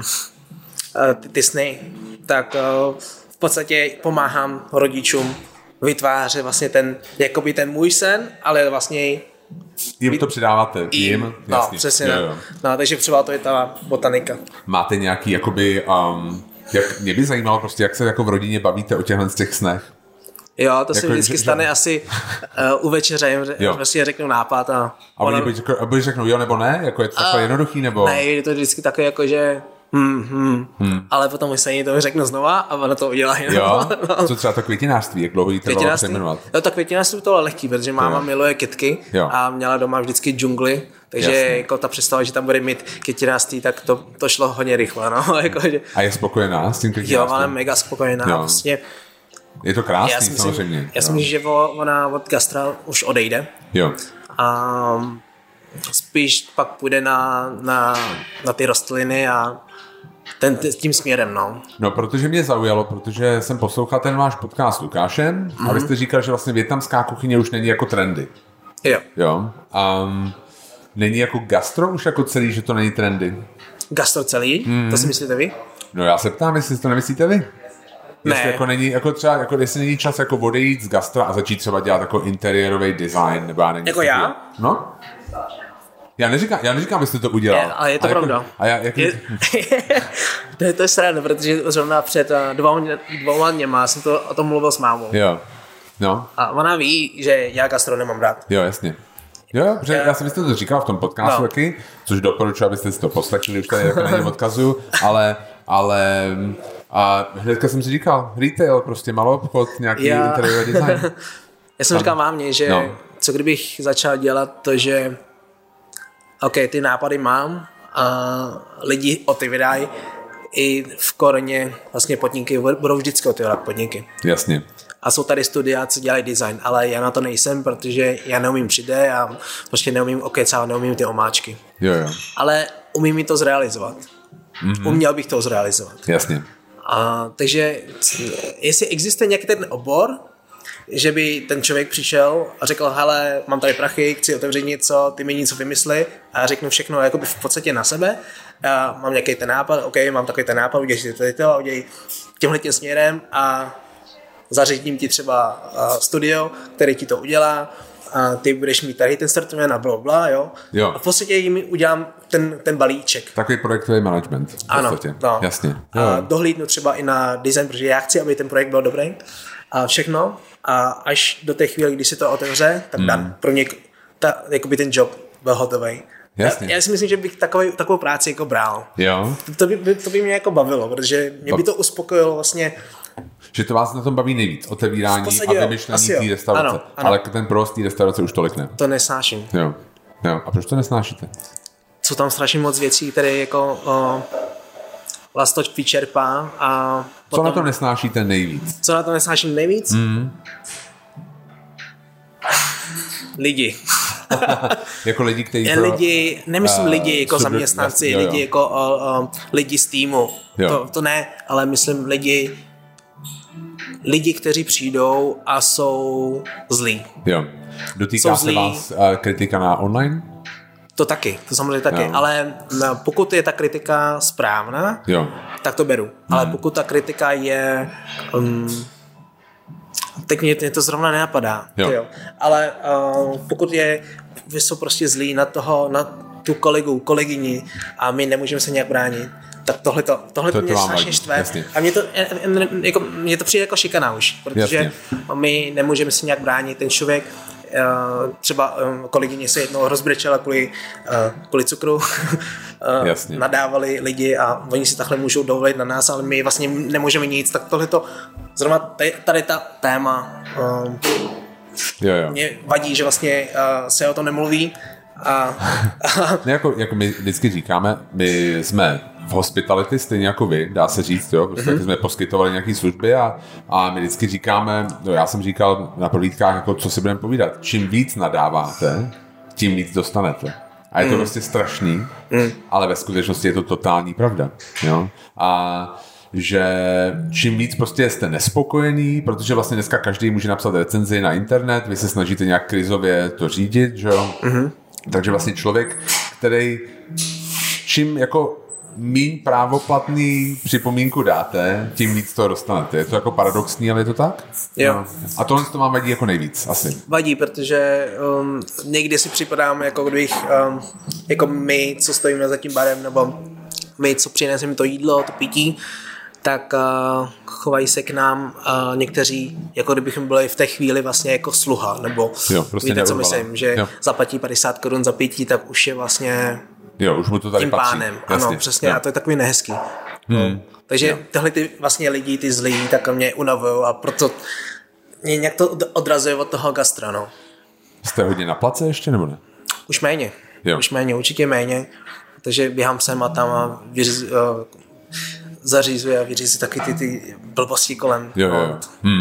ty, ty sny, tak uh, v podstatě pomáhám rodičům vytvářet vlastně ten, jakoby ten můj sen, ale vlastně jim to přidáváte, jim, no, jasně. Přesně, jo, jo. No, takže třeba to je ta botanika. Máte nějaký, jakoby, um, jak, mě by zajímalo prostě, jak se jako v rodině bavíte o těchhle z těch snech. Jo, to se jako, vždycky že, stane že... asi uh, u večeře, prostě řeknu nápad a... A oni ono... by řeknou jo nebo ne? Jako je to takhle uh, jednoduchý nebo... Ne, je to vždycky takové jako, že... Hmm, hmm. Hmm. Ale potom my se jí to řeknu znova a ona to udělá. Jo, no. Co třeba to květinářství, jak dlouho jí trvalo přejmenovat? No to květinářství to bylo lehký, protože máma jo. miluje kytky jo. a měla doma vždycky džungli, takže jasně. jako ta představa, že tam bude mít květinářství, tak to, to šlo hodně rychle. No. jako, že... A je spokojená s tím květinářstvím? Jo, ale mega spokojená. Jo. Vlastně, je to krásný, já myslím, samozřejmě. Já si myslím, že ona od gastra už odejde. Jo. A spíš pak půjde na, na, na ty rostliny a ten, tím směrem, no. No, protože mě zaujalo, protože jsem poslouchal ten váš podcast s Lukášem mm-hmm. a vy jste říkal, že vlastně větnamská kuchyně už není jako trendy. Jo. Jo. Um, není jako gastro už jako celý, že to není trendy? Gastro celý? Mm-hmm. To si myslíte vy? No já se ptám, jestli to nemyslíte vy? Ne. Jestli jako není, jako třeba, jako jestli není čas jako odejít z gastra a začít třeba dělat jako interiérový design, nebo já nevím. Jako já? No. Já neříkám, já neříkám, abyste to udělal. Je, ale je to a pravda. Jako, a já, jak... je, to, je, to je sranda, protože zrovna před dvouma, dvouma dněma jsem to, o tom mluvil s mámou. Jo. No. A ona ví, že já gastro nemám rád. Jo, jasně. Jo, protože já jsem to říkal v tom podcastu no. taky, což doporučuji, abyste si to poslechli, už tady jako na něm odkazuju, ale, ale a hnedka jsem si říkal, retail, prostě malou obchod, nějaký já... interiérový design. Já jsem říkal mámě, že no. co kdybych začal dělat to, že OK, ty nápady mám a lidi otevírají i v koreně vlastně podniky, budou vždycky otevírat podniky. Jasně. A jsou tady studia, co dělají design, ale já na to nejsem, protože já neumím tři dé a prostě neumím okecávat, neumím ty omáčky. Jo, jo. Ale umím mi to zrealizovat. Mm-hmm. Uměl bych to zrealizovat. Jasně. A, takže jestli existuje nějaký ten obor, že by ten člověk přišel a řekl, hele, mám tady prachy, chci otevřít něco, ty mi něco vymysli a já řeknu všechno jakoby v podstatě na sebe. Já mám nějaký ten nápad, OK, mám takový ten nápad, udělej si tady to a udělej tímhletím směrem a zařídím ti třeba studio, který ti to udělá a ty budeš mít tady ten startové na blabla, jo? jo. A v podstatě jim udělám ten, ten balíček. Takový projektový management. V ano, no. Jasně. Jo. A dohlídnu třeba i na design, protože já chci, aby ten projekt byl dobrý a všechno. A až do té chvíle, kdy se to otevře, tak hmm. dám pro něk, ta, jakoby ten job byl hotový. Jasně. Já, já si myslím, že bych takový, takovou práci jako bral. Jo. To, to, by, to by mě jako bavilo, protože mě by to uspokojilo vlastně. Že to vás na tom baví nejvíc, otevírání a vymyšlení té restaurace. Ano, ano. Ale ten provoz té restaurace už tolik ne. To nesnáším. Jo. jo. A proč to nesnášíte? Jsou tam strašně moc věcí, které jako o, vás to vyčerpá. A potom, co na to nesnášíte nejvíc? Co na to nesnáším nejvíc? Mm. Lidi. Jako lidi, kteří... Lidi, nemyslím uh, lidi jako subject, zaměstnanci, jo, jo. lidi jako uh, uh, lidi z týmu. To, to ne, ale myslím lidi, lidi, kteří přijdou a jsou zlí. Jo. Dotýká se vás uh, kritika na online? To taky, to samozřejmě taky, jo. Ale no, pokud je ta kritika správná, jo. tak to beru. Hmm. Ale pokud ta kritika je... Um, teď mě, mě to zrovna nenapadá. Jo. Jo. Ale uh, pokud je, vy jsou prostě zlí na toho, na tu kolegu, kolegyni a my nemůžeme se nějak bránit, tak tohle to, tohle to, to mě strašně štve. Jasně. A mě to, jako, mě to přijde jako šikana už, protože jasně. my nemůžeme se nějak bránit. Ten člověk, uh, třeba um, kolegyně se jednou rozbrečela kvůli, uh, kvůli cukru, uh, nadávali lidi a oni si takhle můžou dovolit na nás, ale my vlastně nemůžeme nic, tak tohle to zrovna tady, tady ta téma um, jo, jo. mě vadí, že vlastně uh, se o tom nemluví. A, a... Ne, jako, jako my vždycky říkáme, my jsme v hospitality stejně jako vy, dá se říct, jo, prostě mm-hmm. jsme poskytovali nějaké služby a, a my vždycky říkáme, no já jsem říkal na prohlídkách, jako co si budeme povídat, čím víc nadáváte, tím víc dostanete. A je to mm. prostě strašný, mm. ale ve skutečnosti je to totální pravda, jo. A že čím víc prostě jste nespokojený, protože vlastně dneska každý může napsat recenzi na internet, vy se snažíte nějak krizově to řídit, že jo. Mm-hmm. Takže vlastně člověk, který čím jako míň právoplatný připomínku dáte, tím víc to dostanete. Je to jako paradoxní, ale je to tak? Jo. No. A tohle to vám vadí jako nejvíc, asi. Vadí, protože um, někdy si připadám, jako kdybych, um, jako my, co stojíme za tím barem, nebo my, co přineseme to jídlo, to pití, tak uh, chovají se k nám uh, někteří, jako kdybychom byli v té chvíli vlastně jako sluha, nebo jo, prostě víte, co myslím, že jo. zaplatí padesát korun za pití, tak už je vlastně jo, už mu to tady tím patří. pánem. Jasně, ano, přesně, jo. A to je takový nehezký. Hmm. No. Takže jo. tyhle ty vlastně lidi, ty zlí, tak mě unavujou a proto mě nějak to odrazuje od toho gastra, no. Jste hodně na place ještě, nebo ne? Už méně, jo. už méně, určitě méně, takže běhám sem a tam a vyřiz, uh, zařízuje a vyřízí taky ty, ty blbosti kolem. Jo, jo, jo. Hmm.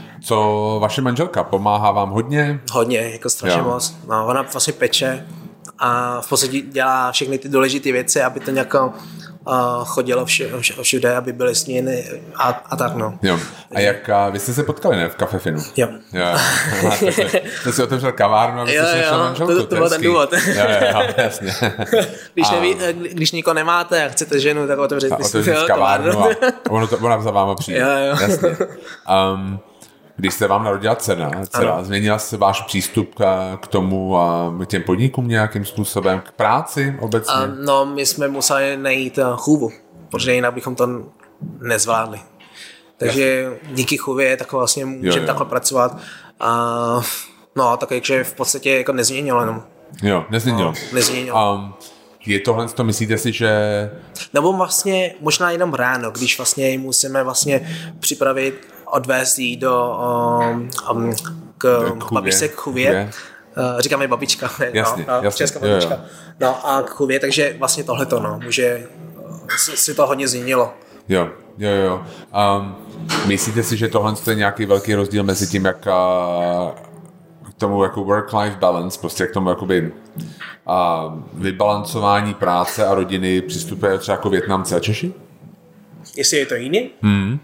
Co vaše manželka, pomáhá vám hodně? Hodně, jako strašně jo. moc. No, ona vlastně peče a v podstatě dělá všechny ty důležité věci, aby to nějak uh, chodilo vše, všude, aby byly sníny a, a tak, no. Jo. A jak, a vy jste se potkali, ne, v Café Finu? Jo. Jo, jo. Jste si otevřel kavárnu a vy jste si našel manželku. To, to, to byl ten důvod. Jo, jo, jasně. Když, neví, když nikoho nemáte a chcete ženu, tak otevřete si kavárnu a ono to, ona za váma přijde. Jo, jo. Jasně. Um, Když se vám narodila dcera, dcera změnila se váš přístup k, k tomu a k těm podnikům nějakým způsobem, k práci obecně? A, no, my jsme museli najít chůvu, protože jinak bychom to nezvládli. Takže Jasně. díky chůvě tak vlastně můžeme takhle pracovat. A, no, takže v podstatě jako nezměnilo jenom. Jo, nezměnilo. No, nezměnilo. Um, je tohle, to myslíte si, že... Nebo vlastně možná jenom ráno, když vlastně musíme vlastně připravit, odvést jí do um, um, k, k babičce, k chůvě. Uh, říkáme babička, ne? Jasně, no, jasně. Česká babička. Jo, jo. No a k chůvě, takže vlastně tohleto, no, může si to hodně změnilo. Jo, jo, jo. Um, myslíte si, že tohle je nějaký velký rozdíl mezi tím, jak uh, k tomu jako work-life balance, prostě k tomu jakoby uh, vybalancování práce a rodiny přistupuje třeba jako Vietnamci a Češi? Jestli je to jiný? Hmm.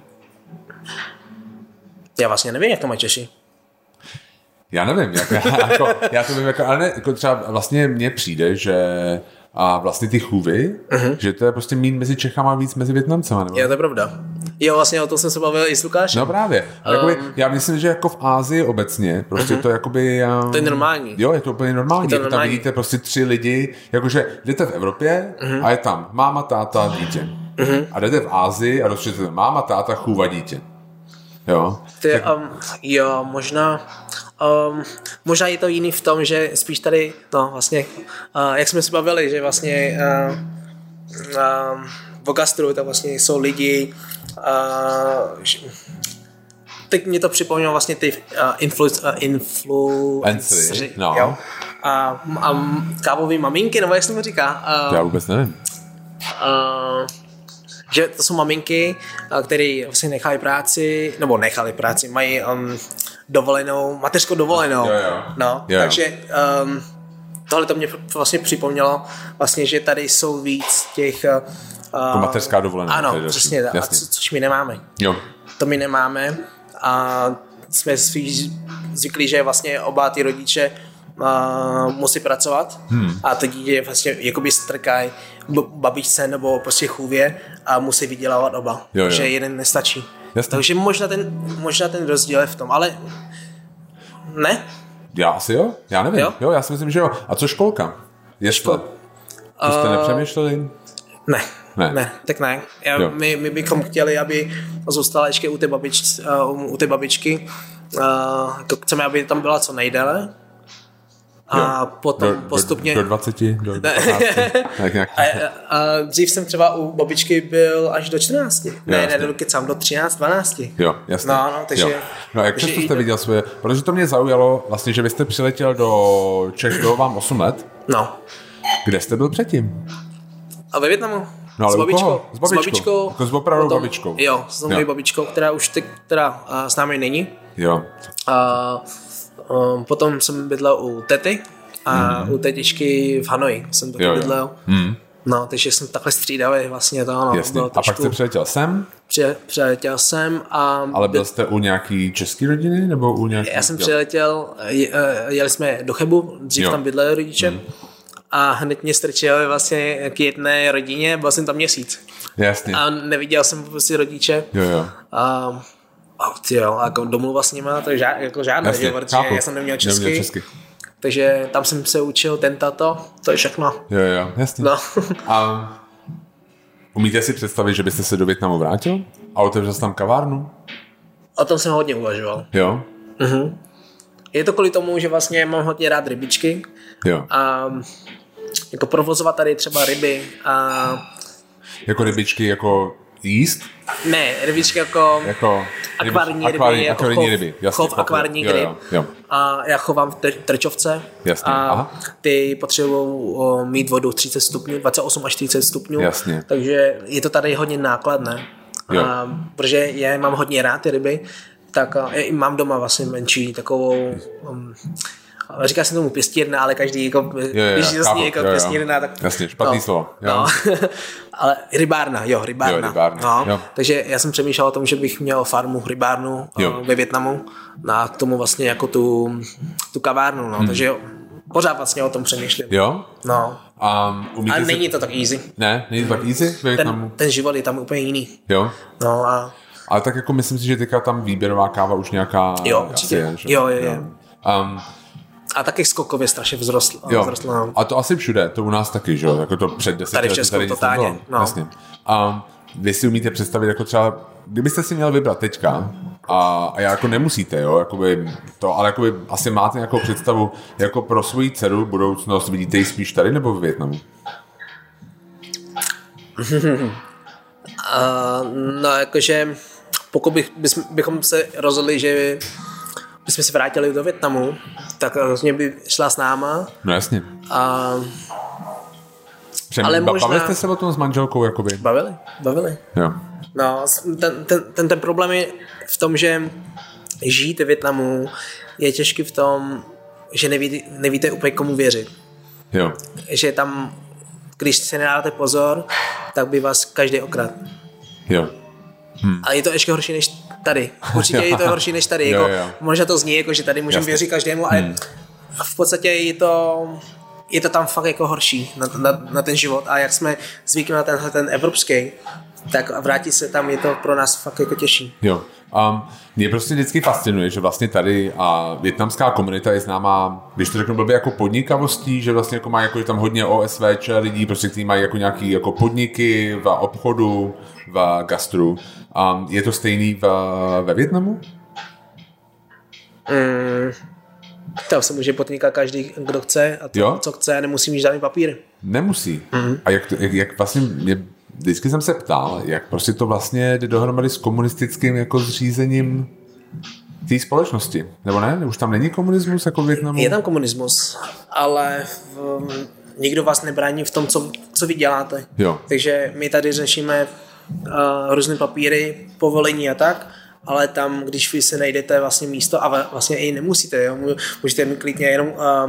Já vlastně nevím, jak to mají Češi. Já nevím, jak, jako, já to vím, jako, ale ne, jako třeba vlastně mně přijde, že a vlastně ty chůvy, uh-huh. že to je prostě míň mezi Čechama a víc mezi Vietnamcema. Nebo? Je to pravda. Jo, vlastně o tom jsem se bavil i s Lukášem. No právě. Jakoby, um, já myslím, že jako v Ázii obecně, prostě uh-huh. to jakoby... Um, to je normální. Jo, je to úplně normální. Je to normální. Tam vidíte prostě tři lidi, jakože jdete v Evropě uh-huh. a je tam máma, táta, dítě. Uh-huh. A jdete v Ázii a dostřete máma, táta, chůva, dítě. Jo. Ty, tak... um, jo, možná... Um, možná je to jiný v tom, že spíš tady, no vlastně, uh, jak jsme se bavili, že vlastně uh, uh, v gastru tak vlastně jsou lidi, uh, teď mě to připomnělo vlastně ty uh, influ, uh, influenceři, no. jo, a, a kávový maminky, nebo jak se mu říká? Uh, Já vůbec nevím. Uh, že to jsou maminky, které vlastně nechají práci, nebo nechali práci, mají um, dovolenou, mateřskou dovolenou. Jo, jo. No, jo. Takže um, tohle to mě vlastně připomnělo, vlastně, že tady jsou víc těch... Uh, to mateřská dovolená. Ano, přesně, a co, což my nemáme. Jo. To my nemáme a jsme zvyklí, že vlastně oba ty rodiče Uh, musí pracovat hmm. a to dítě vlastně jakoby strkají babičce nebo prostě chůvě a musí vydělávat oba, jo, jo. Že jeden nestačí. Jasně. Takže možná ten, možná ten rozdíl je v tom, ale ne? Já asi jo, já nevím. Jo? Jo, já si myslím, že jo. A co školka? Jestli? To jste uh, nepřemýšleli? Ne. Ne. ne, tak ne. Já, my, my bychom chtěli, aby zůstala ještě u té babič, uh, u té babičky. Uh, to chceme, aby tam byla co nejdéle. A jo. potom do, postupně... Do, do dvaceti, do patnácti. a, a, a dřív jsem třeba u babičky byl až do čtrnácti. Jo, ne, ne, do kecám, do třináct, dvanácti. Jo, jasně. No, no, takže... Jo. No a jak často jste viděl svoje... Protože to mě zaujalo, vlastně, že vy jste přiletěl do Čech, bylo vám osm let. No. Kde jste byl předtím? A ve Vietnamu. No, s babičkou. Koho? S babičkou. S babičkou. Jako s opravdu babičkou. Jo, s mojí babičkou, která už teď teda uh, s námi není. Jo. A um, potom jsem bydlel u tety a mm. u tetičky v Hanoji jsem taky jo, bydlel. Mm. No, takže jsem takhle střídavý vlastně to, no. Jasně. A pak jste přiletěl sem? Při, přiletěl jsem a... Ale byl jste u nějaký český rodiny? Nebo u nějaký... Já jsem přiletěl, jeli jsme do Chebu, dřív jo. tam bydleli rodiče. Mm. A hned mě strčili vlastně k jedné rodině, byl jsem tam měsíc. Jasně. A neviděl jsem prostě rodiče. Jo, jo. A, a tyjo, jako domluva s nima, to je žád, jako žádné, že, protože já jsem neměl česky, neměl česky. Takže tam jsem se učil ten tato, to je všechno. Jo, jo, jasně. No. A umíte si představit, že byste se do Vietnamu vrátil a otevřel tam kavárnu? O tom jsem hodně uvažoval. Jo? Mhm. Je to kvůli tomu, že vlastně mám hodně rád rybičky. Jo. A jako provozovat tady třeba ryby a... Jako rybičky jako jíst? Ne, rybičky jako, jako akvární ryby, akvární, jako akvární chov, ryby. Jasně, chov akvárních ryb. Jo, jo. A já chovám tr- trčovce. Jasně. A Aha. ty potřebují mít vodu třicet stupňů, dvacet osm až třicet stupňů. Jasně. Takže je to tady hodně nákladné. A, protože já mám hodně rád ty ryby, tak já mám doma vlastně menší takovou... Um, říká se tomu pěstírna, ale každý jako, jo, jo, když je vlastně jako pěstírna, tak... Jasně, špatný no, slovo. No. Ale rybárna, jo, rybárna. Jo, rybárna. No. Jo. Takže já jsem přemýšlel o tom, že bych měl farmu, rybárnu jo. ve Vietnamu a k tomu vlastně jako tu, tu kavárnu, no. Hmm. Takže jo, pořád vlastně o tom přemýšlím. Jo? No. Um, ale si... není to tak easy. Ne, není to tak easy ve Vietnamu? Ten, ten život je tam úplně jiný. Jo? No a... Ale tak jako myslím si, že teďka tam výběrová káva už nějaká... Jo, určitě. Je, jo, jo, jo. jo. Um, A taky skokově strašně vzrostl. Jo, vzrostl. a to asi všude, to u nás taky, že jo, jako to před deseti lety. Tady v Česku tady totálně, no. Jasně. A vy si umíte představit jako třeba, kdybyste si měl vybrat teďka, a, a já jako nemusíte, jo, jakoby to, ale jakoby asi máte nějakou představu, jako pro svoji dceru budoucnost, vidíte ji spíš tady nebo v Vietnamu? uh, no jakože, pokud bych, bychom se rozhodli, že když jsme se vrátili do Vietnamu, tak rozhodně by šla s náma. No jasně. A... Přem, ale možná... Bavili jste se o tom s manželkou, jakoby? Bavili, bavili. Jo. No, ten, ten, ten, ten problém je v tom, že žít v Vietnamu je těžký v tom, že nevíte, nevíte úplně komu věřit. Jo. Že tam, když se nedáte pozor, tak by vás každý okradl. Jo. Hm. Ale je to ještě horší než tady. Určitě je to horší než tady. Jako, jo, jo. Možná to zní, jako, že tady můžeme věřit každému, ale hmm. v podstatě je to je to tam fakt jako horší na, na, na ten život a jak jsme zvykli na tenhle ten evropský, tak vrátit se tam je to pro nás fakt jako těžší. Jo. Um, mě prostě vždycky fascinuje, že vlastně tady a větnamská komunita je známá, když to řeknu blbě, jako podnikavostí, že vlastně jako má jako tam hodně O S V Č lidí, prostě kteří mají jako nějaký jako podniky v obchodu, v gastru. Um, je to stejný v, ve Vietnamu? Mm, tam se může podnikat každý, kdo chce a to, jo? co chce, nemusí mít žádný papír. Nemusí. Mm. A jak, to, jak, jak vlastně mě vždycky jsem se ptal, jak prostě to vlastně jde dohromady s komunistickým jako zřízením té společnosti, nebo ne? Už tam není komunismus jako v Vietnamu? Je tam komunismus, ale v, nikdo vás nebrání v tom, co, co vy děláte. Jo. Takže my tady řešíme uh, různé papíry, povolení a tak, ale tam, když vy se najdete vlastně místo a vlastně i nemusíte, jo? Můžete mít klidně jenom uh, uh,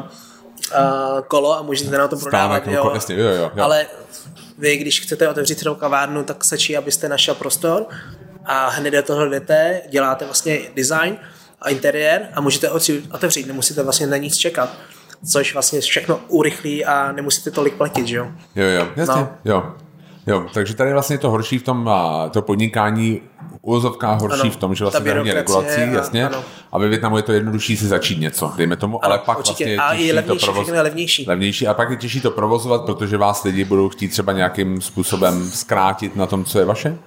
kolo a můžete na to prodávat. Stále, jo? Jasně, jo, jo, jo. Ale vy, když chcete otevřít třeba kavárnu, tak stačí, abyste našel prostor a hned do toho jdete, děláte vlastně design a interiér a můžete otevřít, nemusíte vlastně na nic čekat, což vlastně všechno urychlí a nemusíte tolik platit, že jo? Jo, jo, jasně, no. jo. Jo, takže tady vlastně to horší v tom to podnikání, uvozovká horší ano, v tom, že vlastně je regulací, jasně, ano. A ve Vietnamu je to jednodušší si začít něco, dejme tomu, ano, ale pak určitě. Vlastně a je těžší levnější, to provozovat. levnější. levnější. A pak je těžší to provozovat, protože vás lidi budou chtít třeba nějakým způsobem zkrátit na tom, co je vaše?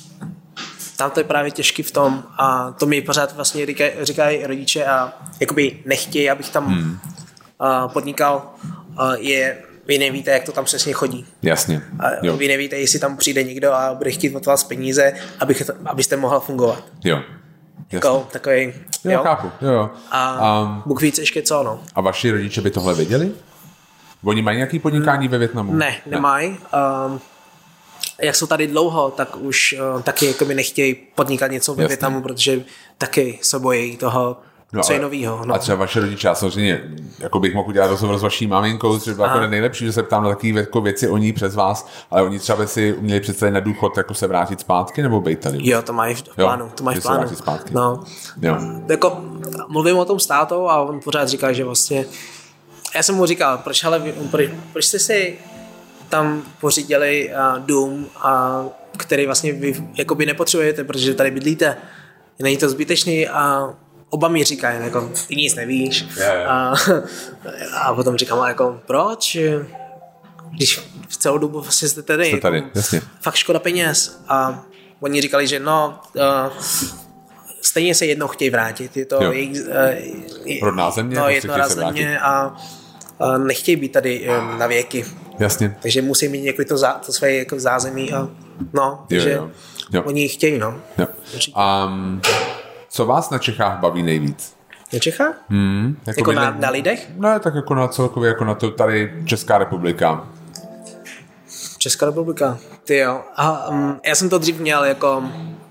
Tam to je právě těžký v tom a to mi pořád vlastně říkají, říkají rodiče a jakoby nechtějí, abych tam hmm. podnikal, je vy nevíte, jak to tam přesně chodí. Jasně. A vy nevíte, jestli tam přijde někdo a bude chtít od vás peníze, abych, abyste mohla fungovat. Jo. Jako takový, jo, jo, chápu. Jo, jo. A um, Bůh víc ještě co, no. A vaši rodiče by tohle věděli? Oni mají nějaký podnikání ve Vietnamu? Ne, nemají. Um, jak jsou tady dlouho, tak už uh, taky jakoby nechtějí podnikat něco ve Jasně. Vietnamu, protože taky se bojí toho, no, co je novýho. No. A třeba vaše rodiče, já samozřejmě, jako bych mohl udělat rozhovor s vaší maminkou, což bylo jako nejlepší, že se ptám na takové jako věci o ní přes vás, ale oni třeba by si uměli představit na důchod jako se vrátit zpátky nebo být tady? Jo, to mají v plánu. Jo, to mají v plánu. No. Jo. Jako, mluvím o tom s tátou a on pořád říká, že vlastně, já jsem mu říkal, proč, ale, proč, proč jste si tam pořídili uh, dům, uh, který vlastně vy jakoby nepotřebujete, protože tady bydlíte. Není to zbytečný a oba mi říkají, jako, ty nic nevíš. Yeah, yeah. A, a potom říkám, jako, proč? Když v celou dobu vlastně jste tady. Jste tady, jasně. Fakt škoda peněz. A oni říkali, že no, uh, stejně se jednou chtějí vrátit. Je to jejich... Uh, rodná země. No, jednorá země a, a nechtějí být tady um, na věky. Jasně. Takže musí mít několik to, zá, to své jako zázemí a no, takže jo, jo. Jo. Oni chtějí, no. Jo. Um, co vás na Čechách baví nejvíc? Na Čechách? Hmm, jako jako na, na lidech? Ne, tak jako na celkově, jako na to tady Česká republika. Česká republika, ty jo. A, um, já jsem to dřív měl jako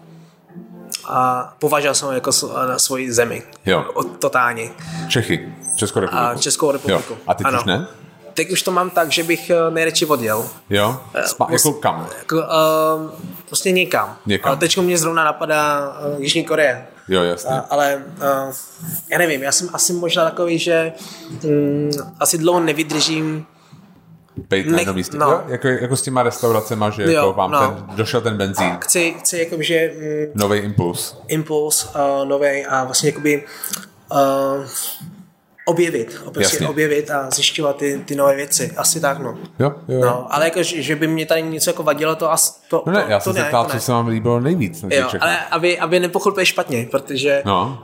a považoval jsem jako na svoji zemi. Jo. O, totálně. Čechy, Českou republiku. A Českou republiku. Jo. A teď ano. Už ne? Teď už to mám tak, že bych nejradši odjel. Jo? Spa- uh, jako kam? Jako, uh, prostě někam. někam. Ale teď mě zrovna napadá uh, Jižní Korea. Jo, jasně. Uh, ale uh, já nevím, já jsem asi možná takový, že um, asi dlouho nevydržím. Bejt na jednom místě. No. Jako, jako s těma restauracema, že jo, jako vám no. ten, došel ten benzín. Chci, chci jakoby, že... Um, nový impuls. Impuls, uh, nový a vlastně jakoby... Uh, objevit, prostě objevit a zjišťovat ty, ty nové věci. Asi tak, no. Jo, jo. No, ale jako, že by mě tady něco jako vadilo, to asi... To, no ne, to, já to jsem ne, se ptal, to co se vám líbilo nejvíc. Jo, ale aby, aby nepochopili špatně, protože no.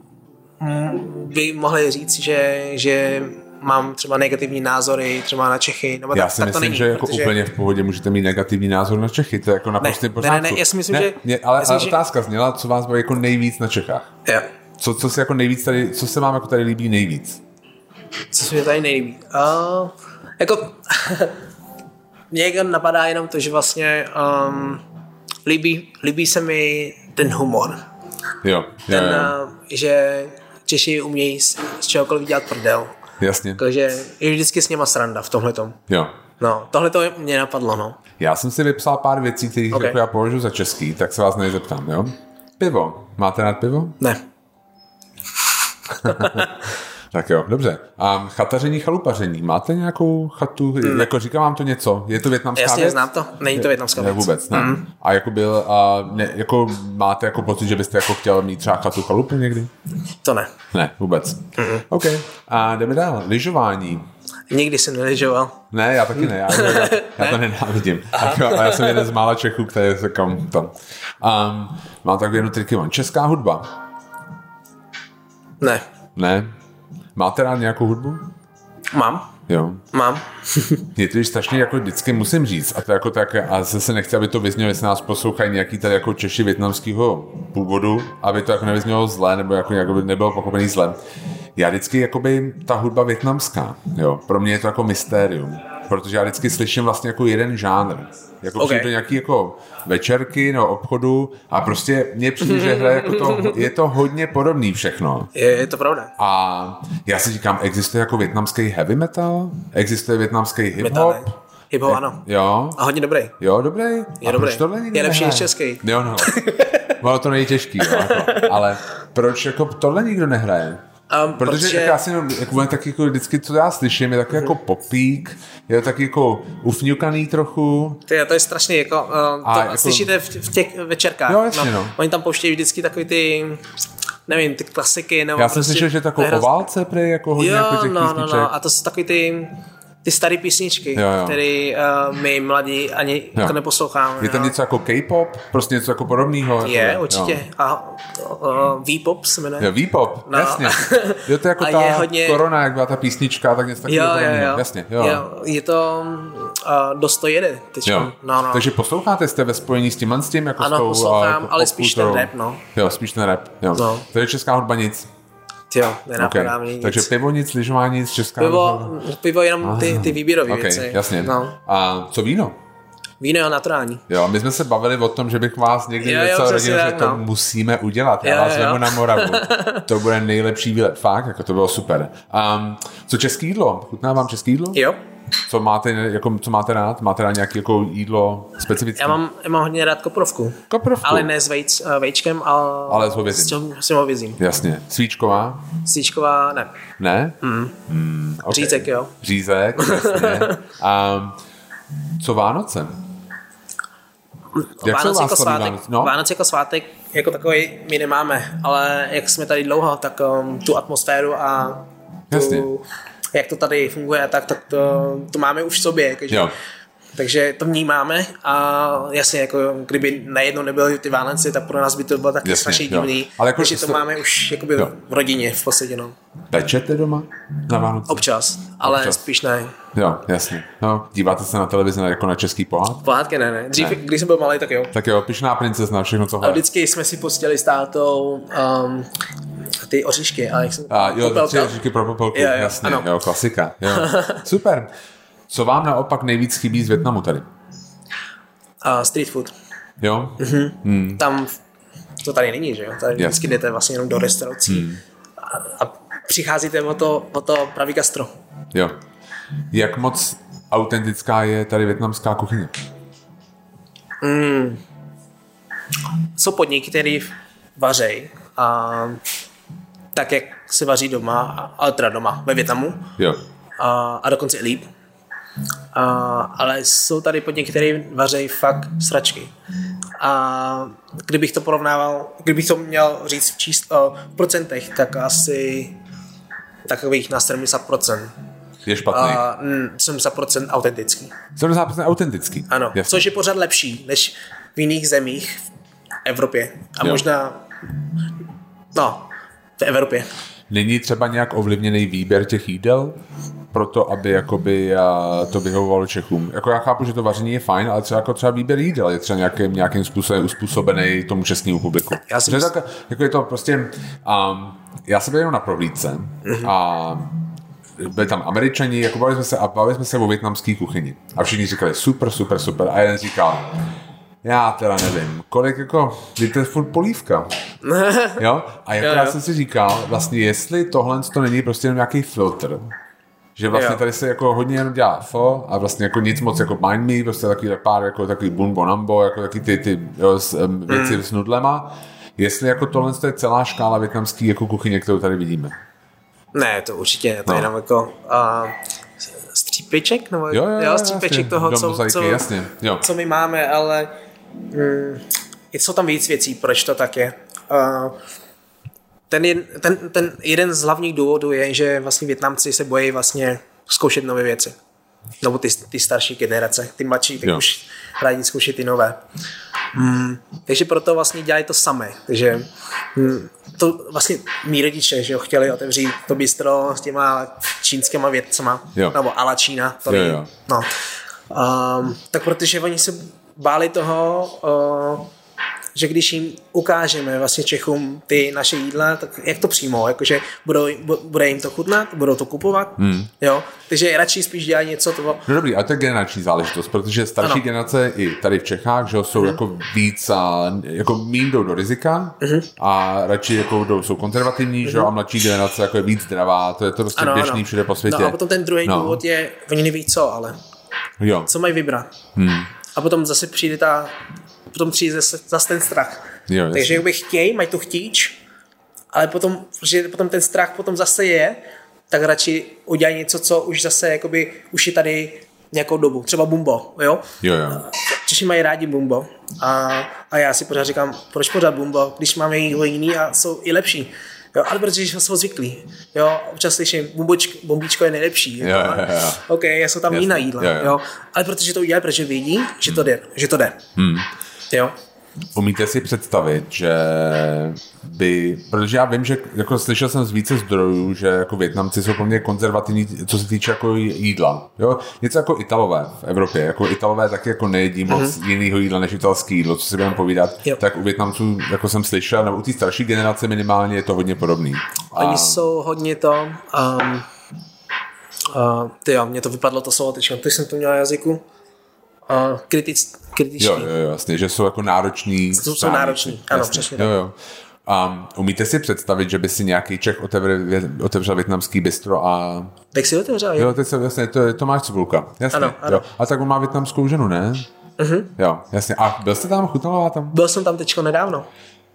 by mohli říct, že, že mám třeba negativní názory třeba na Čechy. Nebo já tak, si tak myslím, to není, že jako protože... úplně v pohodě můžete mít negativní názor na Čechy. To je jako naprosto pořádku. Ne, ne, ne, já si myslím, ne, že... Ne, ale, myslím, ale že... otázka zněla, co vás baví jako nejvíc na Čechách. Jo. Co, co, se jako nejvíc tady, co se vám jako tady líbí nejvíc? Co se mi tady nejlíbí? Uh, jako... Mně napadá jenom to, že vlastně um, líbí, líbí se mi ten humor. Jo. Ten, jo, jo. Uh, že Češi umějí z, z čehokoliv dělat prdel. Jasně. Takže je vždycky s něma sranda v tomhletom. Jo. No, tohle to mě napadlo, no. Já jsem si vypsal pár věcí, které okay. jako já považuji za český, tak se vás nezeptám, jo? Pivo. Máte rád pivo? Ne. Tak jo, dobře. A chataření, chalupaření. Máte nějakou chatu? Mm. Jako říkám vám to něco? Je to vietnamská Jasně, věc? znám to. Není to vietnamská věc. Ne, vůbec, ne. Mm. A jako byl, a ne, jako máte jako pocit, že byste jako chtěl mít třeba chatu, chalupu někdy? To ne. Ne, vůbec. Mm. OK. A jdeme dál. Lyžování. Nikdy jsem nelyžoval. Ne, já taky ne. Já, já, já to nenávidím. A já jsem jeden z mála Čechů, který se kam tam. Um, mám takový jednu triky. Česká hudba. Ne. Ne. Máte rád nějakou hudbu? Mám. Jo. Mám. Mě to strašně jako vždycky musím říct, a to jako tak, a zase nechci, aby to vyznělo, jestli nás poslouchají nějaký tady jako Češi vietnamského původu, aby to jako nevyznělo zle, nebo jako nějak by nebylo pochopený zle. Já vždycky, jakoby, ta hudba vietnamská, jo, pro mě je to jako mystérium, protože já vždycky slyším vlastně jako jeden žánr. Jako okay. Přijdu do nějaký jako večerky nebo obchodu a prostě mně přijde, že hraje jako to, je to hodně podobný všechno. Je, je to pravda. A já si říkám, existuje jako vietnamský heavy metal? Existuje vietnamský hip-hop? Hip-hop, ano. Jo. A hodně dobrý. Jo, dobrý. Je a dobrý. Proč tohle nikdy je lepší než nehraje? český. Jo, no. Bylo to nejtěžký, jo, jako. Ale proč jako tohle nikdo nehraje? Um, protože, protože... já si jenom, jako, tak jako vždycky, co já slyším, je taky jako popík, je to taky jako ufňukaný trochu. To je, to je strašně, jako, uh, to jako... slyšíte v, v těch večerkách. Jo, jasně, no. no. Oni tam pouštějí vždycky takový ty, nevím, ty klasiky. Nebo já jsem prostě, slyšel, že takovou hroz... o válce prej, jako hodně jo, jako těch no, písniček. No, no, a to jsou takový ty... ty staré písničky, které uh, my mladí ani jako neposloucháme. Je tam no. něco jako K-pop? Prostě něco jako podobného? Je, jako, určitě. Jo. A uh, V-pop se jmenuje. Jo, V-pop, no. Jasně. Jo, to je jako a ta je hodně... korona, jak byla ta písnička, tak něco takového podobného. Jo. Jasně, jo. jo. Je to uh, dost to jede teď. No, no. Takže posloucháte, jste ve spojení s tímhle s tím? Jako ano, s tou, poslouchám, uh, ale spíš ten rap, no. Jo, spíš ten rap, jo. No. To je česká hudba nic. Jo, nenapadá okay. mě nic. Takže pivo nic, lyžování nic, česká pivo, pivo jenom ty, ty výběrové okay, věci. Jasně. No. A co víno? Víno je naturální. Jo, my jsme se bavili o tom, že bych vás někdy něco rodil, že to no. musíme udělat. Já jo, vás vemu na Moravu. To bude nejlepší výlet. Fakt, jako to bylo super. Um, co český jídlo? Chutná vám český jídlo? Jo. Co máte, jako, co máte rád? Máte rád nějaké jako jídlo specifické? Já mám, já mám hodně rád koprovku. Koprovku? Ale ne s vejc, vejčkem, ale, ale s hovězím. S tím hovězím. Jasně. Svíčková? Svíčková ne. Ne? Mm. Mm, okay. Řízek, jo. Řízek, jasně. um, co Vánoce? Jak Vánoce jako svátek, Vánoce? No? Vánoce jako svátek jako takový my nemáme, ale jak jsme tady dlouho, tak um, tu atmosféru a tu, jasně. jak to tady funguje, tak, tak to, to máme už v sobě. Jakože, jo. Takže to vnímáme a jasně, jako kdyby najednou nebyly ty Vánoce, tak pro nás by to bylo taky strašně divný, jako takže to, to máme už jakoby v rodině v podstatě. No. Pečete doma na Vánoce? Občas, ale Občas. spíš ne. Jo, jasně. No, díváte se na televizi jako na český pohádky? Pohádky ne, ne. Dřív, ne. Když jsem byl malý, tak jo. Tak jo, Pyšná princezna, všechno co. A vždycky jsme si pustili s tátou um, ty oříšky. A jak jsem... A jo, ty oříšky pro popelku, jo, jo, jasně, ano. Jo, klasika. Jo. Super. Co vám naopak nejvíc chybí z Vietnamu tady? Uh, street food. Jo? Mm-hmm. Hmm. Tam to tady není, že jo? Tady yes. vždycky jdete vlastně jenom do restaurací hmm. a, a přicházíte o to, o to pravý gastro. Jo. Jak moc autentická je tady vietnamská kuchyně? Mm. Jsou podniky, které vařejí a tak, jak se vaří doma, ale teda doma ve Vietnamu. Jo. A, a dokonce i líp. A, ale jsou tady podniky, které vařejí fakt sračky. A kdybych to porovnával, kdybych to měl říct v, číst, o, v procentech, tak asi takových na sedmdesát procent. Je špatný? A, sedmdesát procent autentický. sedmdesát procent autentický? Ano, jasně. Což je pořád lepší než v jiných zemích v Evropě. A jo. možná, no, v Evropě. Není třeba nějak ovlivněný výběr těch jídel? Proto, aby jakoby to vyhovovalo Čechům. Jako já chápu, že to vaření je fajn, ale třeba, jako třeba výběr jídel je třeba nějakým, nějakým způsobem uspůsobený tomu českému publiku. Já si mysl... tak, jako je to prostě... Um, já jsem byl jenom na prohlídce mm-hmm. a byli tam Američani, jako bavili jsme se a bavili jsme se o vietnamské kuchyni. A všichni říkali super, super, super. A jeden říkal, já teda nevím, kolik jako, to je furt polívka. Jo? A jako jo, já jo. jsem si říkal, vlastně jestli tohle to není prostě jenom nějaký filtr, že vlastně jo. tady se jako hodně jenom dělá fo a vlastně jako nic moc jako mind me, prostě takový pár jako takový bun bonambo, jako taky ty, ty jo, věci mm. s nudlema. Jestli jako tohle je celá škála vietnamský jako kuchyně, kterou tady vidíme. Ne, to určitě ne, to no. je jenom jako uh, střípeček, nebo jo, jo, jo, střípeček jasně. toho, co, mozaiky, co, jasně. Jo. co my máme, ale mm, jsou tam víc věcí, proč to tak je. Uh, ten, je, ten, ten jeden z hlavních důvodů je, že vlastně Vietnamci se bojí vlastně zkoušet nové věci. Nebo ty, ty starší generace, ty mladší, tak jo. už rádi zkoušet ty nové. Mm, takže proto vlastně dělají to samé. Takže mm, to vlastně mý rodiče, že jo, chtěli otevřít to bistro s těma čínskýma vědcema, jo. nebo ala Čína. To jo, jo. No. Um, tak protože oni se báli toho, uh, že když jim ukážeme vlastně Čechům ty naše jídla, tak jak to přijmou, jakože budou, bude jim to chutnat, budou to kupovat, hmm. jo, takže radši spíš dělají něco toho. No dobrý, a to je generační záležitost, protože starší ano. generace i tady v Čechách, že jsou hmm. jako víc a jako míň jdou do rizika hmm. a radši jako jdou, jsou konzervativní, hmm. že a mladší generace jako je víc zdravá, to je to prostě běžný všude po světě. No a potom ten druhý no. důvod je, oni neví co, ale jo. co mají vybrat. Hmm. A potom zase přijde ta potom přijde zase, zase ten strach. Jo, takže jak by chtějí, mají tu chtíč, ale potom, že potom ten strach potom zase je, tak radši udělají něco, co už zase jakoby, už je tady nějakou dobu. Třeba Bumbo, jo? Jo, jo. Češi mají rádi Bumbo a, a já si pořád říkám, proč pořád Bumbo, když máme jídlo jiný a jsou i lepší. Jo, ale protože jsou zvyklí. Jo, občas slyším, bumbočko, bombíčko je nejlepší. Jo, jo, jo. OK, jsou tam jiná jídla. Jo, jo. Jo, ale protože to udělají, protože vědí, že to jde. Že to jde. Hmm. Jo. Umíte si představit, že by, protože já vím, že jako slyšel jsem z více zdrojů, že jako Vietnamci jsou poměrně konzervativní, co se týče jako jídla. Jo? Něco jako Italové v Evropě, jako Italové taky jako nejedí moc mm-hmm. jiného jídla než italský jídlo, co si budeme povídat, jo. tak u Vietnamců, jako jsem slyšel, nebo u té starší generace minimálně je to hodně podobný. A... Oni jsou hodně to, um, uh, ty jo, mě to vypadlo to slovo teď, teď jsem to měl na jazyku, uh, kritic, kritičtí. Jo, jo, jasně, že jsou jako nároční. Jsou, jsou nároční, ano, jasně, přesně. Jo, jo. Um, umíte si představit, že by si nějaký Čech otevřel, otevřel vietnamský bistro a... Tak si otevřel, jo. Jo, teď se, jasně, to je Tomáš Cibulka, jasně. Ano, ano. Jo. A tak on má vietnamskou ženu, ne? Uh-huh. Jo, jasně. A byl jste tam, chutnala tam? Byl jsem tam teďko nedávno.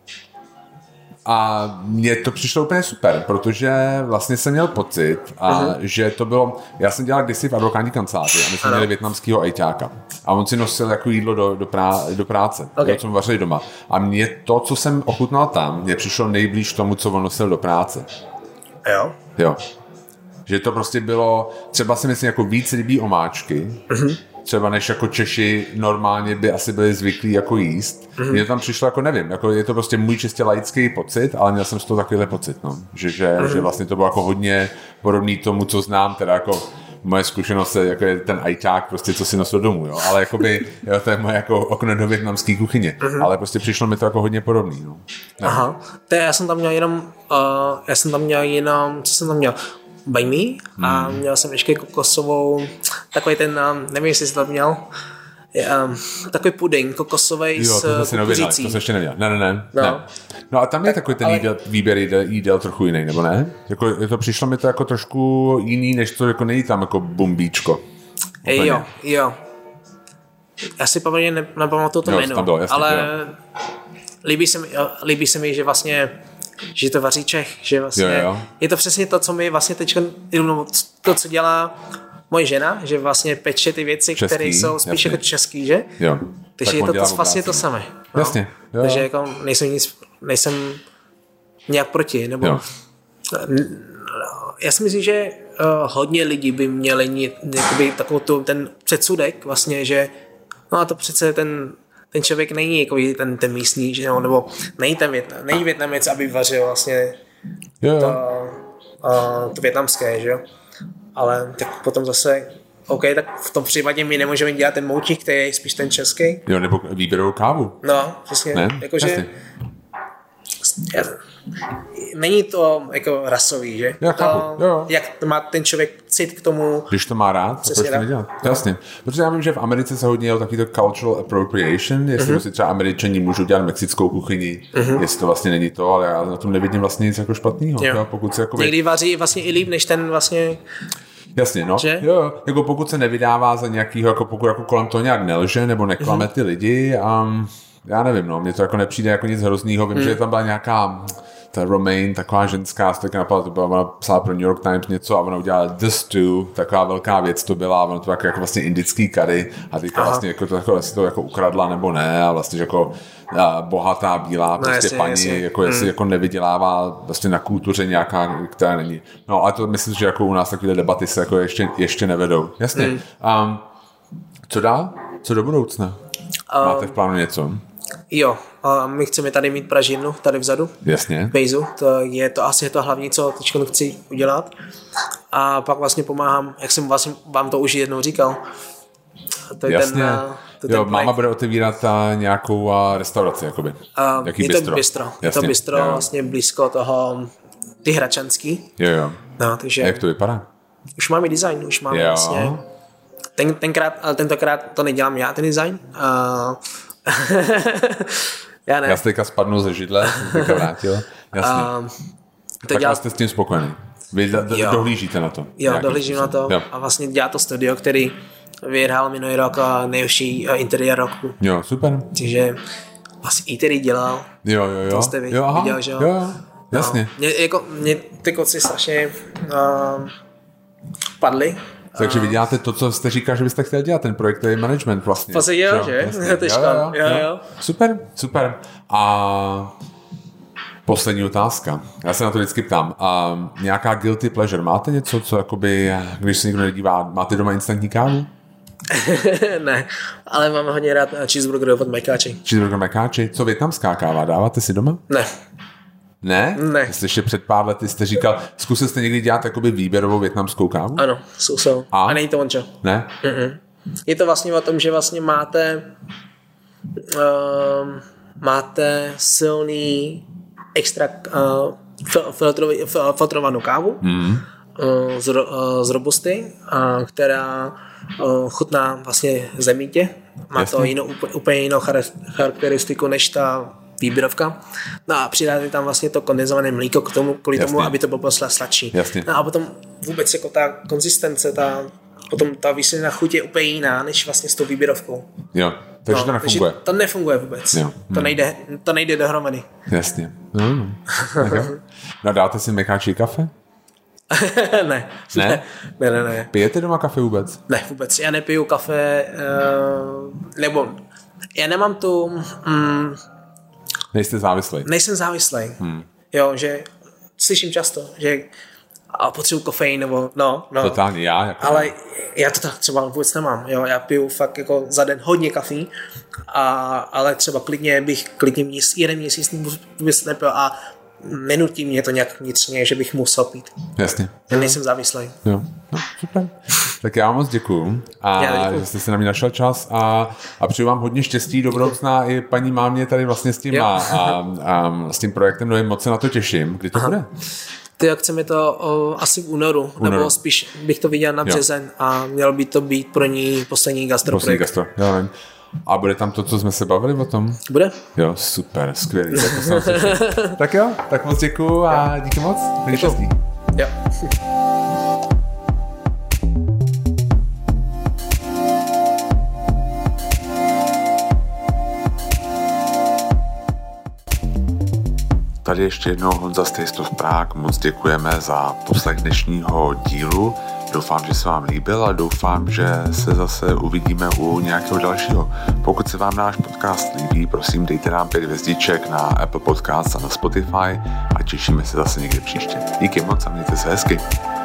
A mně to přišlo úplně super, protože vlastně jsem měl pocit, a uh-huh. že to bylo, já jsem dělal kdysi v advokátní kanceláři a my jsme ano. měli vietnamského ajťáka a on si nosil jako jídlo do, do, prá, do práce, okay. to, co jsme vařili doma. A mě to, co jsem ochutnal tam, mě přišlo nejblíž tomu, co on nosil do práce. Jo? Jo. Že to prostě bylo, třeba si myslím jako víc rybí omáčky, uh-huh. třeba než jako Češi normálně by asi byli zvyklí jako jíst. Mm-hmm. Mně tam přišlo jako nevím, jako je to prostě můj čistě laický pocit, ale měl jsem z toho takovýhle pocit, no. že, že, mm-hmm. že vlastně to bylo jako hodně podobný tomu, co znám, teda jako moje zkušenost je, jako je ten ajťák, prostě co si nosil domů, jo, ale jakoby, jo, to je moje jako okno do vietnamské kuchyně, mm-hmm. ale prostě přišlo mi to jako hodně podobný, no. no. Aha, to já jsem tam měl jenom, uh, já jsem tam měl jenom, co jsem tam měl? Banh mi a hmm. měl jsem ještě kokosovou, takový ten, nevím, jestli jsi to měl, um, takový puding kokosový s kukuřicí. To jsem ještě nevěděl, ne, ne, ne. No, ne. No a tam je tak, takový ten ale... jídel, výběr jídel, jídel trochu jiný, nebo ne? Jako, to přišlo mi to jako trošku jiný, než to jako není tam jako bumbíčko. Ej, jo, jo. Já si pamatně ne, nepamatuju to jméno, ale jo. Líbí, se mi, líbí se mi, že vlastně že to vaří Čech, že vlastně jo, jo. je to přesně to, co mi vlastně teď, to, co dělá moje žena, že vlastně peče ty věci, český, které jsou spíš jasně. jako český, že? Jo. Takže tak je to, to vlastně to samé. No. Jasně. Jo, takže jako nejsem nic, nejsem nějak proti, nebo jo. Já si myslím, že uh, hodně lidí by měli mít takovou tu, ten předsudek vlastně, že no a to přece ten ten člověk není jako ten, ten místní, že jo, nebo není ten Větnam, není Větnamec, aby vařil vlastně jo, to, uh, to větnamské, že jo. Ale tak potom zase, OK, tak v tom případě my nemůžeme dělat ten moučník, který je spíš ten český. Jo, nebo výběrovou kávu. No, přesně. Jakože není to jako rasový, že? Já chápu, jo. Jak má ten člověk cit k tomu. Když to má rád, to proč to nedělat? No. Jasně. Protože já vím, že v Americe se hodně dělá takový to cultural appropriation, jestli uh-huh. si třeba Američani můžou dělat mexickou kuchyni, uh-huh. jestli to vlastně není to, ale já na tom nevidím vlastně nic jako špatného. Jo. Pokud se jako někdy vaří vlastně i líp, než ten vlastně. Jasně, no. Že? Jo, jako pokud se nevydává za nějakýho, jako pokud jako kolem toho nějak nelže, nebo neklame uh-huh. ty lidi a já nevím, no, mně to jako nepřijde jako nic hroznýho, vím, hmm. že tam byla nějaká ta Romaine, taková ženská, to taky napadla, to byla, ona psala pro New York Times něco a ona udělala The Stew, taková velká věc to byla, ona to jako, jako vlastně indický curry a teďka vlastně jako to, jako, to jako ukradla nebo ne a vlastně jako a bohatá, bílá, prostě no, jasně, paní, jasně. jako jestli hmm. jako nevydělává vlastně na kultuře nějaká, která není. No ale to myslím, že jako u nás takové debaty se jako ještě, ještě nevedou. Jasně. Hmm. Um, co dál? Co do budoucna? Máte v plánu něco? Jo, a my chceme tady mít pražírnu, tady vzadu. Jasně. Bejzu, to je to asi je to hlavní, co teď chci udělat. A pak vlastně pomáhám, jak jsem vlastně vám to už jednou říkal. To je Jasně. ten, to jo, máma bude otevírat a, nějakou a, restauraci, jakoby. A, Jaký je bistro? to bistro. Jasně. Je to bistro jo, jo. vlastně blízko toho ty Hračanský. Jo, jo. No, takže... A jak to vypadá? Už máme design, už máme jo. vlastně... Ten, tenkrát, ale tentokrát to nedělám já, ten design. Uh, já ne. Já se teďka spadnu ze židle, jsem teďka vrátil. Jasně. Uh, tak dělá... jste s tím spokojený. Vy do, do, dohlížíte na to. Jo, dohlížím na to. Jo. A vlastně dělá to studio, který vyhrál minulý rok nejlepší interiér roku. Jo, super. Takže vlastně i který dělal. Jo, jo, jo. To jste vy, jo, aha, viděl, že jo? Jo, jo. Jasně. No, mě, jako, mě ty koci strašně uh, padly. Takže vy děláte to, co jste říkal, že byste chtěli dělat, ten projektový management vlastně. Vlastně jo, že? Jo, jo, jo, jo. Super, super. A poslední otázka. Já se na to vždycky ptám. A nějaká guilty pleasure? Máte něco, co jakoby, když se někdo nedívá, máte doma instantní kávu? Ne, ale mám hodně rád cheeseburger od Mekáči. Cheeseburger Mekáči. Co vietnamská káva? Dáváte si doma? Ne. Ne? Ne. Jste ještě před pár lety jste říkal, zkusil jste někdy dělat jakoby výběrovou vietnamskou kávu? Ano, jsou. A? A není to ončo. Ne? Mm-mm. Je to vlastně o tom, že vlastně máte um, máte silný extra uh, filtrový, filtrovanou kávu mm. uh, z, uh, z robusty, uh, která uh, chutná vlastně zemítě. Má Jasně. to jinou, úplně jinou charakteristiku než ta výběrovka. No a přidáte tam vlastně to kondenzované mlíko k tomu, kvůli Jasně. tomu, aby to bylo prostě sladší. Jasně. No a potom vůbec jako ta konzistence, ta, potom ta výsledná chuť je úplně jiná, než vlastně s tou výběrovkou. Jo, takže no, to nefunguje. Takže to nefunguje vůbec. Jo. Hmm. To, nejde, to nejde dohromady. Jasně. No, no dáte si Mekáči kafe? ne. Ne? Ne, ne, ne. Pijete doma kafe vůbec? Ne, vůbec. Já nepiju kafe, uh, nebo já nemám tu... Um, Nejste závislý? Nejsem závislý. Hmm. Jo, že slyším často, že a potřebuji kofein, nebo no, no. Totálně, já. Jako ale já to tak třeba vůbec nemám, jo, já piju fakt jako za den hodně kafí, a, ale třeba klidně bych klidně měs, jeden měsíc vůbec nepil a nenutí mě to nějak vnitřně, že bych musel pít. Jasně. Já nejsem závislý. Jo, no, super. Tak já vám moc děkuju a děkuju. Že jste si na mě našel čas a, a přeju vám hodně štěstí do budoucna i paní mámě tady vlastně s tím a, a, a s tím projektem, no moc se na to těším. Kdy to Aha. bude? Ty chceme to o, asi v únoru, únoru, nebo spíš bych to viděl na březen jo. a měl by to být pro ní poslední gastroprojekt. Poslední gastro, jo, nevím. A bude tam to, co jsme se bavili o tom? Bude. Jo, super, skvělý. Tak, to tak jo, tak moc děkuju a díky moc. Hodně štěstí. Jo. Tady ještě jednou Honza z Taste of Prague. Moc děkujeme za poslech dnešního dílu. Doufám, že se vám líbil a doufám, že se zase uvidíme u nějakého dalšího. Pokud se vám náš podcast líbí, prosím dejte nám pět hvězdiček na Apple Podcasts a na Spotify a těšíme se zase někde příště. Díky moc a mějte se hezky.